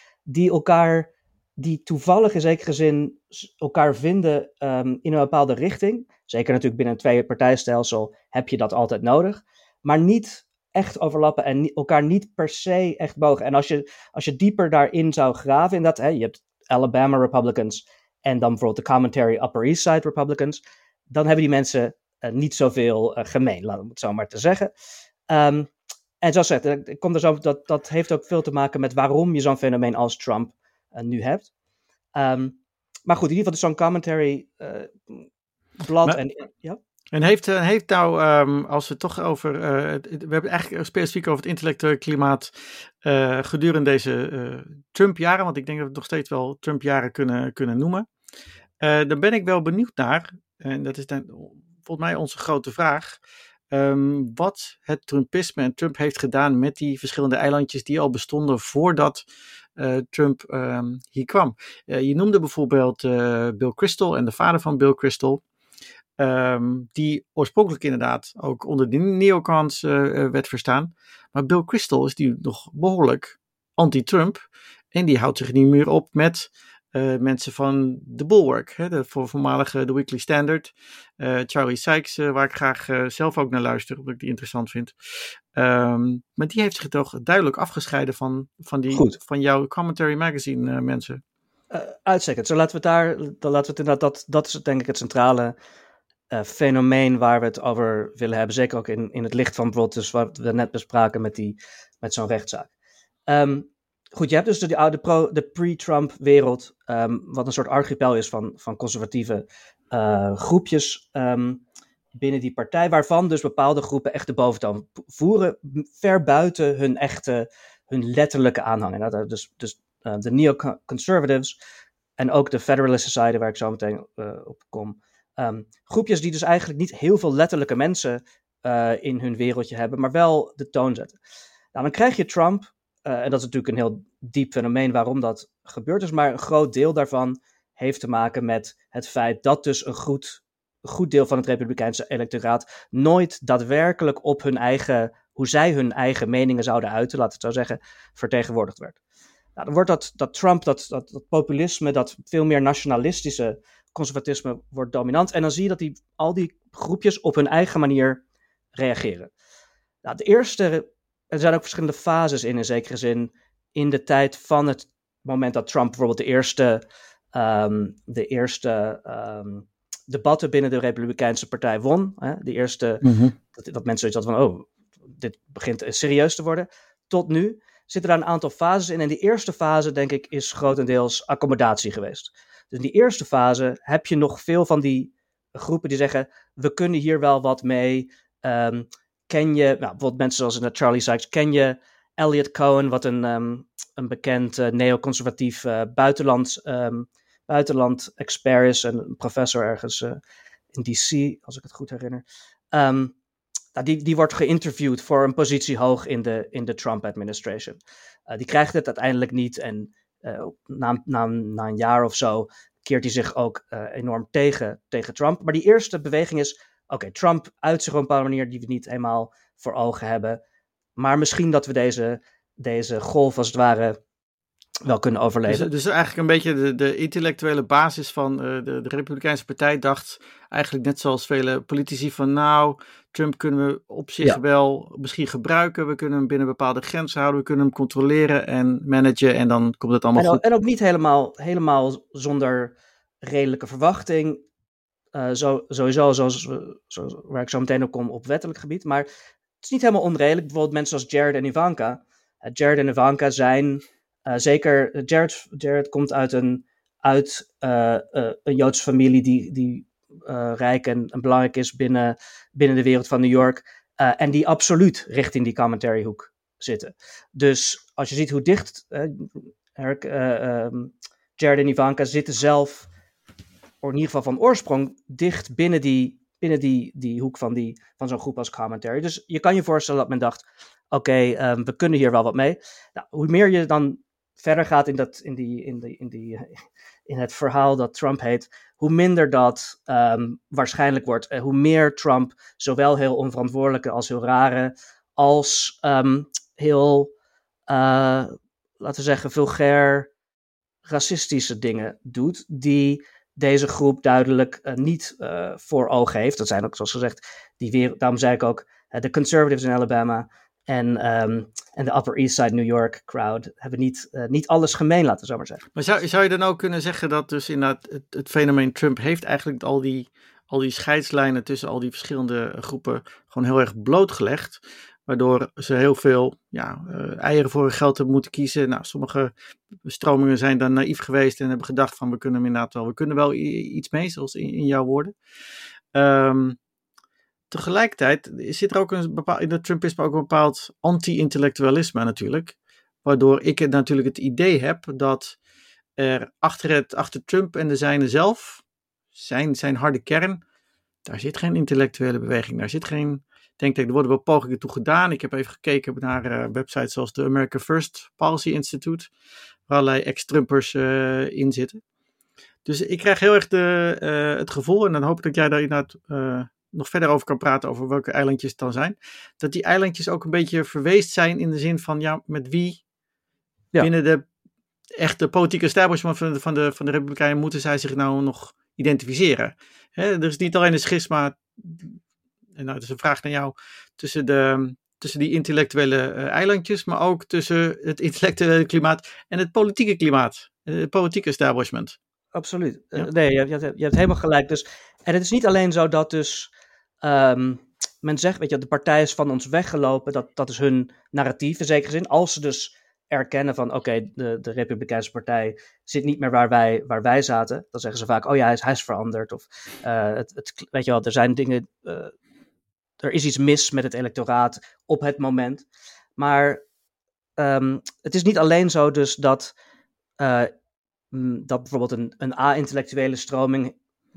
die toevallig in zekere zin elkaar vinden in een bepaalde richting. Zeker natuurlijk binnen een twee-partijstelsel heb je dat altijd nodig. Maar niet echt overlappen en elkaar niet per se echt bogen. En als je dieper daarin zou graven, in dat, je hebt Alabama Republicans en dan bijvoorbeeld de Commentary Upper East Side Republicans, dan hebben die mensen niet zoveel gemeen, laten we het zo maar te zeggen. En zoals gezegd, dat heeft ook veel te maken met waarom je zo'n fenomeen als Trump nu hebt. Maar goed, in ieder geval dus zo'n commentary blad. En heeft nou, als we het toch over, we hebben eigenlijk specifiek over het intellectuele klimaat gedurende deze Trump-jaren, want ik denk dat we het nog steeds wel Trump-jaren kunnen noemen. Dan ben ik wel benieuwd naar, en dat is dan volgens mij onze grote vraag, wat het Trumpisme en Trump heeft gedaan met die verschillende eilandjes die al bestonden voordat Trump hier kwam. Je noemde bijvoorbeeld Bill Kristol en de vader van Bill Kristol, die oorspronkelijk inderdaad ook onder de neocons werd verstaan. Maar Bill Kristol is nu nog behoorlijk anti-Trump en die houdt zich niet meer op met mensen van The Bulwark, de voormalige The Weekly Standard, Charlie Sykes, waar ik graag zelf ook naar luister, omdat ik die interessant vind. Maar die heeft zich toch duidelijk afgescheiden van jouw Commentary Magazine mensen. Uitstekend. Zo laten we het inderdaad, dat is denk ik het centrale fenomeen waar we het over willen hebben. Zeker ook in het licht van bijvoorbeeld dus wat we net bespraken met zo'n rechtszaak. Goed, je hebt dus de pre-Trump wereld, wat een soort archipel is van conservatieve groepjes binnen die partij, waarvan dus bepaalde groepen echt de boventoon voeren, ver buiten hun letterlijke aanhang. Dus de neoconservatives en ook de Federalist Society, waar ik zo meteen op kom. Groepjes die dus eigenlijk niet heel veel letterlijke mensen in hun wereldje hebben, maar wel de toon zetten. Nou, dan krijg je Trump. En dat is natuurlijk een heel diep fenomeen waarom dat gebeurd is. Maar een groot deel daarvan heeft te maken met het feit dat dus een goed deel van het Republikeinse electoraat nooit daadwerkelijk op hoe zij hun eigen meningen zouden uiten, laat het zo zeggen, vertegenwoordigd werd. Nou, dan wordt dat Trump, dat populisme, dat veel meer nationalistische conservatisme wordt dominant. En dan zie je dat al die groepjes op hun eigen manier reageren. Nou, er zijn ook verschillende fases in zekere zin in de tijd van het moment dat Trump bijvoorbeeld de eerste debatten binnen de Republikeinse Partij won. De eerste, dat mensen zoiets hadden van, dit begint serieus te worden. Tot nu zitten daar een aantal fases in. En die eerste fase, denk ik, is grotendeels accommodatie geweest. Dus in die eerste fase heb je nog veel van die groepen die zeggen, we kunnen hier wel wat mee. Ken je, bijvoorbeeld mensen zoals Charlie Sykes, ken je Elliot Cohen, wat een bekend neoconservatief buitenland expert is, en een professor ergens in DC, als ik het goed herinner. Die wordt geïnterviewd voor een positie hoog in de Trump administration. Die krijgt het uiteindelijk niet en na een jaar of zo keert hij zich ook enorm tegen Trump. Maar die eerste beweging is, oké, Trump uit zich op een bepaalde manier die we niet helemaal voor ogen hebben. Maar misschien dat we deze golf als het ware wel kunnen overleven. Dus eigenlijk een beetje de intellectuele basis van de Republikeinse Partij dacht eigenlijk net zoals vele politici van nou, Trump kunnen we op zich wel misschien gebruiken. We kunnen hem binnen bepaalde grenzen houden. We kunnen hem controleren en managen en dan komt het allemaal goed. En ook niet helemaal zonder redelijke verwachting. Sowieso, waar ik zo meteen ook kom op wettelijk gebied. Maar het is niet helemaal onredelijk. Bijvoorbeeld mensen zoals Jared en Ivanka. Jared en Ivanka zijn zeker... Jared komt uit een Joodse familie die rijk en belangrijk is binnen de wereld van New York. En die absoluut richting die commentary hoek zitten. Dus als je ziet hoe dicht... Jared en Ivanka zitten zelf, in ieder geval van oorsprong, dicht binnen die hoek van zo'n groep als commentary. Dus je kan je voorstellen dat men dacht, oké, we kunnen hier wel wat mee. Nou, hoe meer je dan verder gaat in het verhaal dat Trump heet, hoe minder dat waarschijnlijk wordt. Hoe meer Trump zowel heel onverantwoordelijke als heel rare, als heel, laten we zeggen, vulgair racistische dingen doet, die deze groep duidelijk niet voor ogen heeft. Dat zijn ook, zoals gezegd, daarom zei ik ook, de conservatives in Alabama en de Upper East Side New York crowd hebben niet alles gemeen, laten we zo maar zeggen. Maar zou je dan ook kunnen zeggen dat dus inderdaad het fenomeen Trump heeft eigenlijk al die scheidslijnen tussen al die verschillende groepen gewoon heel erg blootgelegd, waardoor ze heel veel eieren voor hun geld hebben moeten kiezen. Nou, sommige stromingen zijn dan naïef geweest en hebben gedacht van we kunnen wel iets mee, zoals in jouw woorden. Tegelijkertijd zit er ook in het Trumpisme ook een bepaald anti-intellectualisme natuurlijk, waardoor ik natuurlijk het idee heb dat er achter Trump en de zijne zelf, zijn harde kern, daar zit geen intellectuele beweging, daar zit geen denktank. Er worden wel pogingen toe gedaan. Ik heb even gekeken naar websites zoals de America First Policy Institute, waar allerlei ex-Trumpers in zitten. Dus ik krijg heel erg het gevoel, en dan hoop ik dat jij daar inderdaad nog verder over kan praten, over welke eilandjes het dan zijn, dat die eilandjes ook een beetje verweest zijn in de zin van, met wie binnen de echte politieke establishment van de Republikeinen moeten zij zich nou nog identificeren. Er is niet alleen een schisma, en nou, dat is een vraag naar jou, tussen die intellectuele eilandjes, maar ook tussen het intellectuele klimaat en het politieke klimaat, het politieke establishment. Absoluut. Nee, je hebt helemaal gelijk. Dus, en het is niet alleen zo dat dus men zegt, weet je, de partij is van ons weggelopen, dat is hun narratief in zekere zin. Als ze dus erkennen van, oké, de Republikeinse partij zit niet meer waar wij zaten, dan zeggen ze vaak, oh ja, hij is veranderd. Of weet je wel, er zijn dingen, er is iets mis met het electoraat op het moment. Maar het is niet alleen zo dus dat bijvoorbeeld een a-intellectuele stroming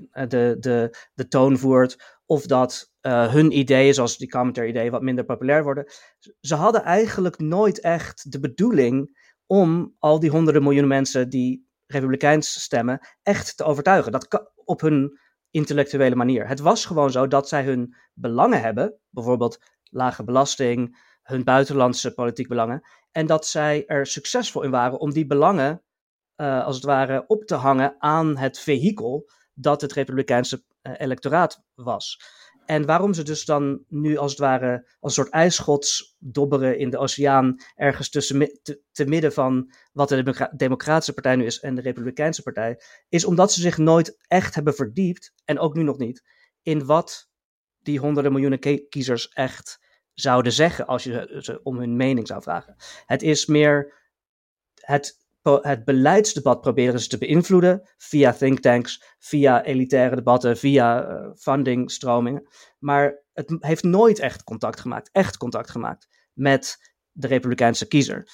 de toon voert, of dat hun ideeën, zoals die commentary ideeën, wat minder populair worden. Ze hadden eigenlijk nooit echt de bedoeling om al die honderden miljoenen mensen die Republikeins stemmen echt te overtuigen. Dat kan op hun intellectuele manier. Het was gewoon zo dat zij hun belangen hebben, bijvoorbeeld lage belasting, hun buitenlandse politiek belangen, en dat zij er succesvol in waren om die belangen als het ware op te hangen aan het vehikel dat het Republikeinse electoraat was. En waarom ze dus dan nu als het ware als een soort ijsschots dobberen in de oceaan ergens te midden van wat de Democratische Partij nu is en de Republikeinse Partij, is omdat ze zich nooit echt hebben verdiept, en ook nu nog niet, in wat die honderden miljoenen kiezers echt zouden zeggen als je ze om hun mening zou vragen. Het is meer het beleidsdebat proberen ze te beïnvloeden via thinktanks, via elitaire debatten, via fundingstromingen. Maar het heeft nooit echt contact gemaakt met de Republikeinse kiezer.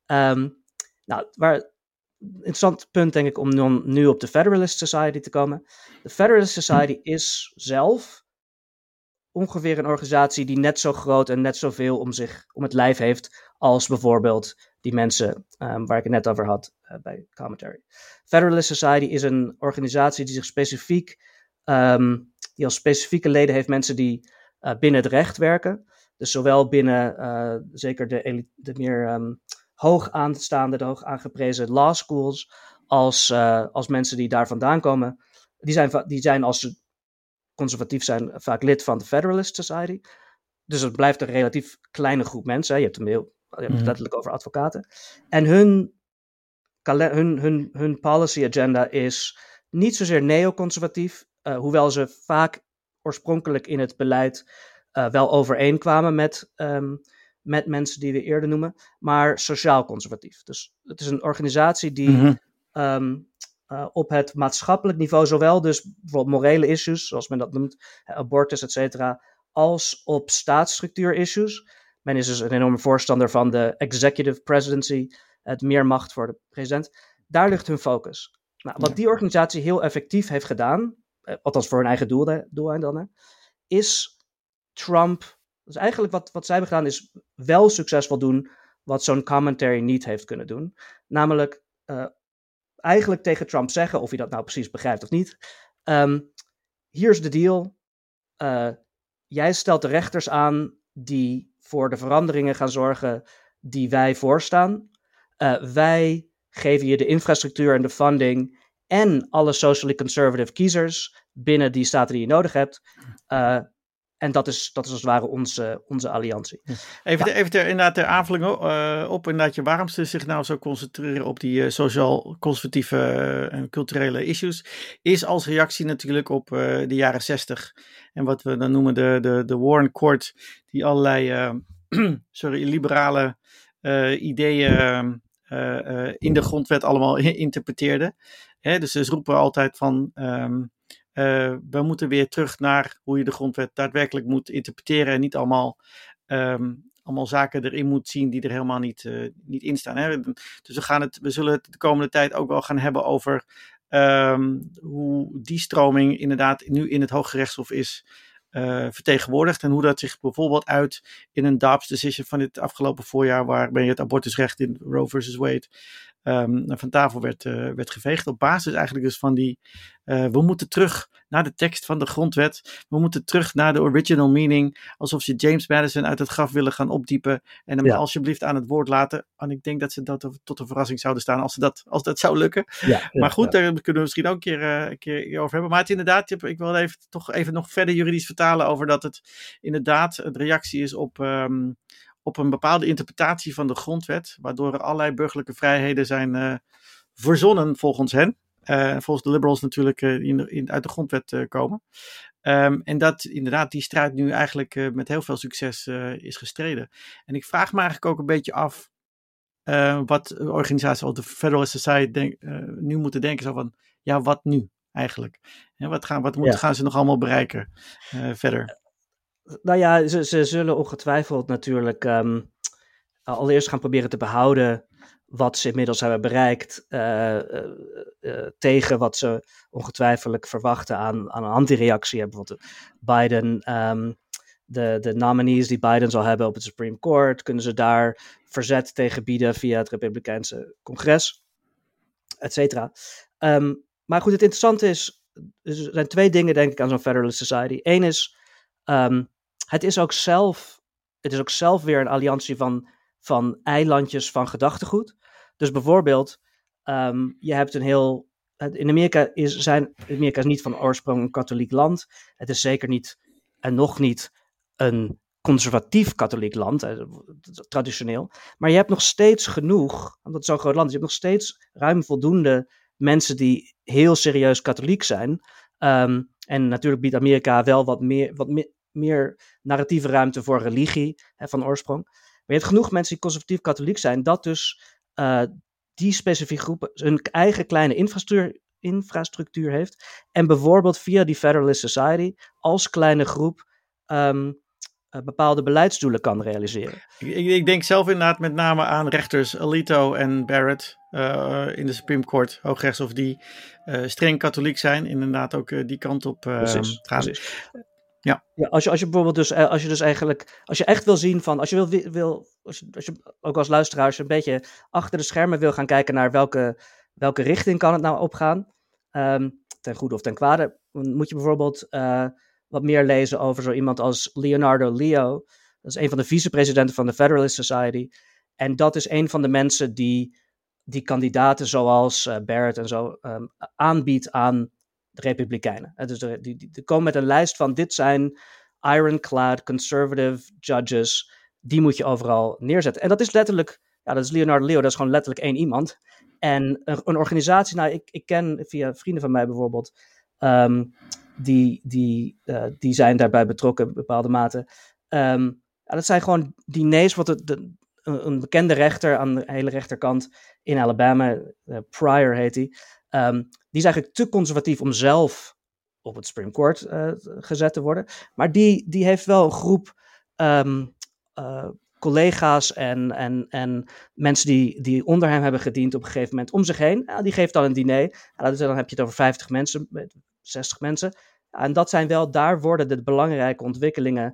Waar interessant punt denk ik om nu op de Federalist Society te komen. De Federalist Society is zelf ongeveer een organisatie die net zo groot en net zoveel om het lijf heeft als bijvoorbeeld die mensen waar ik het net over had bij Commentary. Federalist Society is een organisatie die zich die als specifieke leden heeft mensen die binnen het recht werken. Dus zowel binnen zeker de meer hoog aanstaande, de hoog aangeprezen law schools als mensen die daar vandaan komen. Die zijn als ze conservatief zijn vaak lid van de Federalist Society. Dus het blijft een relatief kleine groep mensen. Je hebt het letterlijk over advocaten. En hun policy agenda is niet zozeer neoconservatief, hoewel ze vaak oorspronkelijk in het beleid wel overeenkwamen met mensen die we eerder noemen, maar sociaal conservatief. Dus het is een organisatie die op het maatschappelijk niveau, zowel dus bijvoorbeeld morele issues, zoals men dat noemt, abortus, et cetera, als op staatsstructuur issues. Men is dus een enorme voorstander van de executive presidency, het meer macht voor de president. Daar ligt hun focus. Nou, wat die organisatie heel effectief heeft gedaan, althans voor hun eigen doeleind dan, is Trump. Dus eigenlijk wat zij hebben gedaan is wel succesvol doen wat zo'n commentary niet heeft kunnen doen. Namelijk eigenlijk tegen Trump zeggen, of hij dat nou precies begrijpt of niet. Hier is de deal. Jij stelt de rechters aan die voor de veranderingen gaan zorgen die wij voorstaan. Wij geven je de infrastructuur en de funding en alle socially conservative kiezers binnen die staten die je nodig hebt. En dat is als het ware onze alliantie. Even ter aanvulling op inderdaad waarom ze zich nou zo concentreren op die sociaal-conservatieve en culturele issues, is als reactie natuurlijk op de jaren 60 en wat we dan noemen de Warren Court, die allerlei liberale ideeën in de grondwet allemaal interpreteerde. Dus ze roepen altijd van we moeten weer terug naar hoe je de grondwet daadwerkelijk moet interpreteren en niet allemaal zaken erin moet zien die er helemaal niet in staan. Hè? Dus we zullen het de komende tijd ook wel gaan hebben over hoe die stroming inderdaad nu in het Hooggerechtshof is vertegenwoordigd en hoe dat zich bijvoorbeeld uit in een Dobbs decision van dit afgelopen voorjaar, waarbij het abortusrecht in Roe versus Wade van tafel werd geveegd. Op basis eigenlijk dus van we moeten terug naar de tekst van de grondwet. We moeten terug naar de original meaning. Alsof ze James Madison uit het graf willen gaan opdiepen. En hem alsjeblieft aan het woord laten. En ik denk dat ze dat tot een verrassing zouden staan als dat zou lukken. Maar goed, daar kunnen we misschien ook een keer over hebben. Maar het inderdaad, ik wil even nog verder juridisch vertalen over dat het inderdaad een reactie is op een bepaalde interpretatie van de grondwet, waardoor er allerlei burgerlijke vrijheden zijn verzonnen volgens hen. Volgens de liberals natuurlijk uit de grondwet komen. En dat inderdaad die strijd nu eigenlijk met heel veel succes is gestreden. En ik vraag me eigenlijk ook een beetje af wat organisaties als de Federalist Society nu moeten denken. Zo van, ja, wat nu eigenlijk? Wat gaan ze nog allemaal bereiken verder? Nou ja, ze zullen ongetwijfeld natuurlijk allereerst gaan proberen te behouden wat ze inmiddels hebben bereikt tegen wat ze ongetwijfeld verwachten aan een antireactie. Bijvoorbeeld Biden, de nominees die Biden zal hebben op het Supreme Court, kunnen ze daar verzet tegen bieden via het Republikeinse congres, et cetera. Maar goed, het interessante is, er zijn twee dingen denk ik aan zo'n Federalist Society. Eén is, het is ook zelf weer een alliantie van eilandjes van gedachtegoed. Dus bijvoorbeeld, je hebt in Amerika is niet van oorsprong een katholiek land. Het is zeker niet en nog niet een conservatief katholiek land, traditioneel. Maar je hebt nog steeds genoeg, omdat het zo'n groot land is, je hebt nog steeds ruim voldoende mensen die heel serieus katholiek zijn. En natuurlijk biedt Amerika wel wat meer narratieve ruimte voor religie van oorsprong. Maar je hebt genoeg mensen die conservatief katholiek zijn, dat dus die specifieke groep hun eigen kleine infrastructuur heeft. En bijvoorbeeld via die Federalist Society als kleine groep bepaalde beleidsdoelen kan realiseren. Ik denk zelf inderdaad met name aan rechters Alito en Barrett in de Supreme Court, Hooggerechtshof, die streng katholiek zijn, inderdaad ook die kant op gaan. Precies. Ja, als je bijvoorbeeld als je echt wil zien van, als je ook als luisteraar, als je een beetje achter de schermen wil gaan kijken naar welke richting kan het nou opgaan, ten goede of ten kwade, moet je bijvoorbeeld wat meer lezen over zo iemand als Leonardo Leo. Dat is een van de vicepresidenten van de Federalist Society. En dat is een van de mensen die kandidaten zoals Barrett en zo aanbiedt aan de Republikeinen. Dus die komen met een lijst van dit zijn ironclad conservative judges, die moet je overal neerzetten. En dat is letterlijk, dat is Leonardo Leo, dat is gewoon letterlijk één iemand. En een organisatie, nou ik ken via vrienden van mij bijvoorbeeld, die zijn daarbij betrokken in bepaalde mate. Dat zijn gewoon diners, een bekende rechter aan de hele rechterkant in Alabama, Pryor heet hij, die is eigenlijk te conservatief om zelf op het Supreme Court gezet te worden. Maar die heeft wel een groep collega's en mensen die onder hem hebben gediend op een gegeven moment om zich heen. Die geeft dan een diner. Dan heb je het over 50 mensen, 60 mensen. En dat zijn wel, daar worden de belangrijke ontwikkelingen,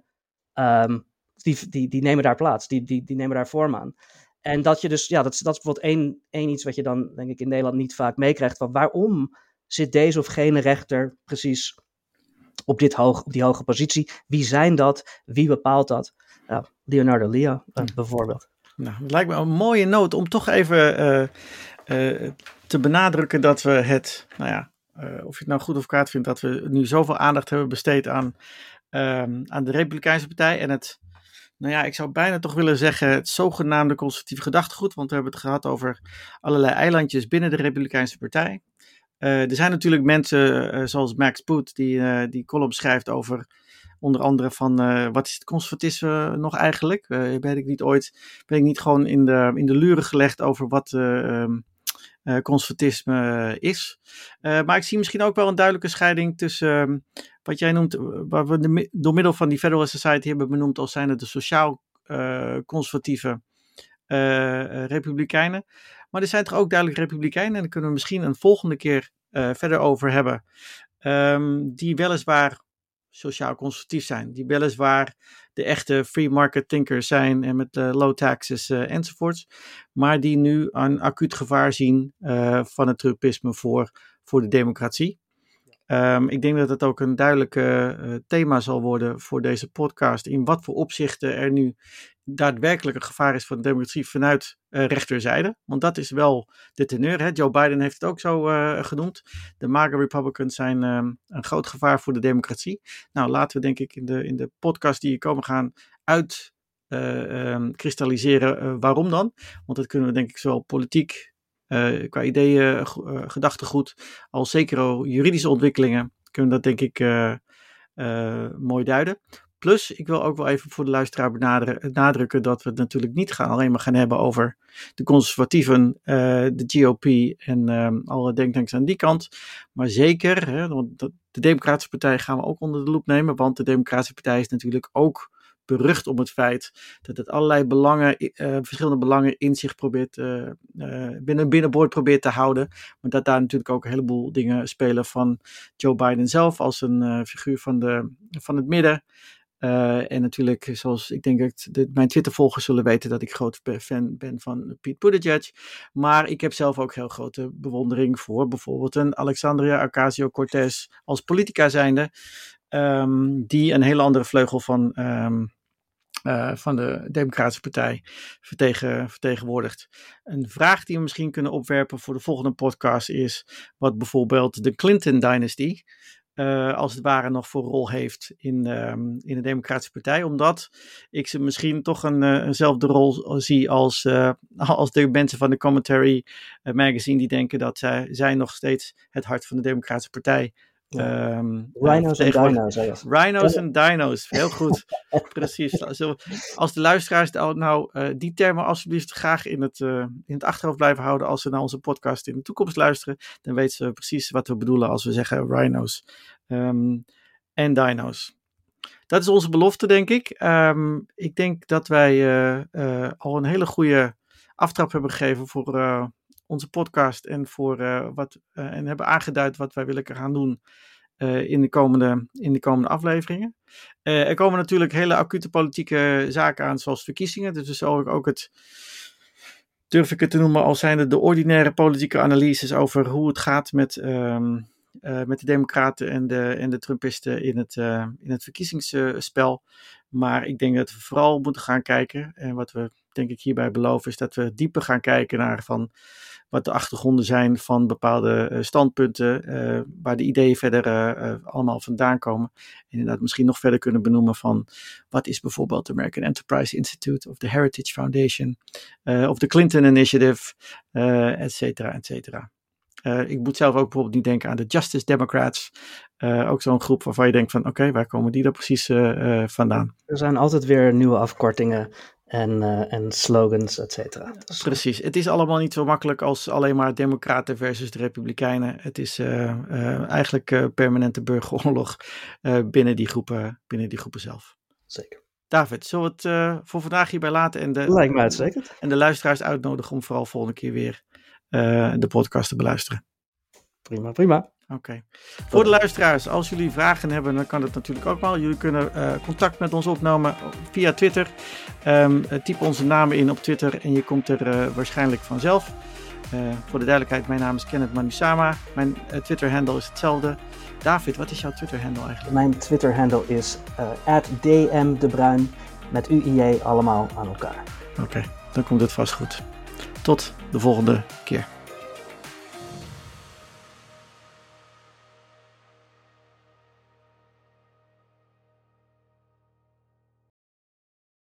die nemen daar plaats. Die nemen daar vorm aan. En dat je dus, dat is bijvoorbeeld één iets wat je dan, denk ik, in Nederland niet vaak meekrijgt. Van waarom zit deze of gene rechter precies op die hoge positie? Wie zijn dat? Wie bepaalt dat? Leonardo Leo bijvoorbeeld. Nou, het lijkt me een mooie noot om toch even te benadrukken dat we het, of je het nou goed of kwaad vindt, dat we nu zoveel aandacht hebben besteed aan de Republikeinse Partij en het, ik zou bijna toch willen zeggen het zogenaamde conservatieve gedachtegoed, want we hebben het gehad over allerlei eilandjes binnen de Republikeinse Partij. Er zijn natuurlijk mensen zoals Max Boot die column schrijft over onder andere van wat is het conservatisme nog eigenlijk? Ben ik niet gewoon in de luren gelegd over wat conservatisme is. Maar ik zie misschien ook wel een duidelijke scheiding tussen wat jij noemt, waar we door middel van die Federalist Society hebben benoemd als zijnde de sociaal conservatieve republikeinen. Maar er zijn toch ook duidelijk republikeinen, en daar kunnen we misschien een volgende keer verder over hebben, die weliswaar sociaal conservatief zijn, die weliswaar de echte free market thinkers zijn en met low taxes enzovoorts, maar die nu een acuut gevaar zien van het Trumpisme voor de democratie. Ik denk dat het ook een duidelijk thema zal worden voor deze podcast, in wat voor opzichten er nu daadwerkelijk een gevaar is voor de democratie vanuit rechterzijde. Want dat is wel de teneur. Hè? Joe Biden heeft het ook zo genoemd. De MAGA Republicans zijn een groot gevaar voor de democratie. Nou, laten we denk ik in de podcast die hier komen gaan kristalliseren waarom dan. Want dat kunnen we denk ik zowel politiek, qua ideeën, gedachtegoed, als zeker juridische ontwikkelingen, kunnen we dat denk ik mooi duiden. Plus, ik wil ook wel even voor de luisteraar nadrukken dat we het natuurlijk niet alleen maar gaan hebben over de conservatieven, de GOP en alle denktanks aan die kant. Maar zeker, want de Democratische Partij gaan we ook onder de loep nemen, want de Democratische Partij is natuurlijk ook berucht om het feit dat het allerlei verschillende belangen in zich probeert, binnenboord probeert te houden. Maar dat daar natuurlijk ook een heleboel dingen spelen van Joe Biden zelf als een figuur van het midden. En natuurlijk, zoals ik denk dat mijn Twitter-volgers zullen weten, dat ik groot fan ben van Pete Buttigieg. Maar ik heb zelf ook heel grote bewondering voor bijvoorbeeld een Alexandria Ocasio-Cortez als politica zijnde, die een hele andere vleugel van de Democratische Partij vertegenwoordigt. Een vraag die we misschien kunnen opwerpen voor de volgende podcast is wat bijvoorbeeld de Clinton Dynasty als het ware nog voor rol heeft in de Democratische Partij, omdat ik ze misschien toch eenzelfde rol zie als de mensen van de Commentary magazine die denken dat zij nog steeds het hart van de Democratische Partij. Rhinos en dino's. Rhinos en dino's, heel goed. Precies. Als de luisteraars die termen alsjeblieft graag in het achterhoofd blijven houden als ze naar onze podcast in de toekomst luisteren, dan weten ze precies wat we bedoelen als we zeggen rhinos en dino's. Dat is onze belofte, denk ik. Ik denk dat wij al een hele goede aftrap hebben gegeven voor onze podcast en en hebben aangeduid wat wij willen gaan doen in de komende afleveringen. Er komen natuurlijk hele acute politieke zaken aan, zoals verkiezingen. Dus zal ook durf ik het te noemen, als zijnde de ordinaire politieke analyses over hoe het gaat met met de Democraten en de Trumpisten in het verkiezingsspel. Maar ik denk dat we vooral moeten gaan kijken. En wat we denk ik hierbij beloven is dat we dieper gaan kijken naar van wat de achtergronden zijn van bepaalde standpunten. Waar de ideeën verder allemaal vandaan komen. En inderdaad misschien nog verder kunnen benoemen van wat is bijvoorbeeld de American Enterprise Institute of de Heritage Foundation. Of de Clinton Initiative, et cetera, et cetera. Ik moet zelf ook bijvoorbeeld niet denken aan de Justice Democrats. Ook zo'n groep waarvan je denkt van oké, waar komen die dan precies vandaan? Er zijn altijd weer nieuwe afkortingen en slogans, et cetera. Precies, het is allemaal niet zo makkelijk als alleen maar democraten versus de republikeinen. Het is eigenlijk permanente burgeroorlog binnen die groepen zelf. Zeker. David, zullen we het voor vandaag hierbij laten? Lijkt me uitstekend. En de luisteraars uitnodigen om vooral volgende keer weer de podcast te beluisteren. Prima. Oké. Voor de luisteraars, als jullie vragen hebben, dan kan dat natuurlijk ook wel. Jullie kunnen contact met ons opnemen via Twitter. Typ onze namen in op Twitter en je komt er waarschijnlijk vanzelf. Voor de duidelijkheid, mijn naam is Kenneth Manusama. Mijn Twitter-handle is hetzelfde. David, wat is jouw Twitter-handle eigenlijk? Mijn Twitter-handle is @dmdebruin met UIJ allemaal aan elkaar. Oké, dan komt het vast goed. Tot de volgende keer.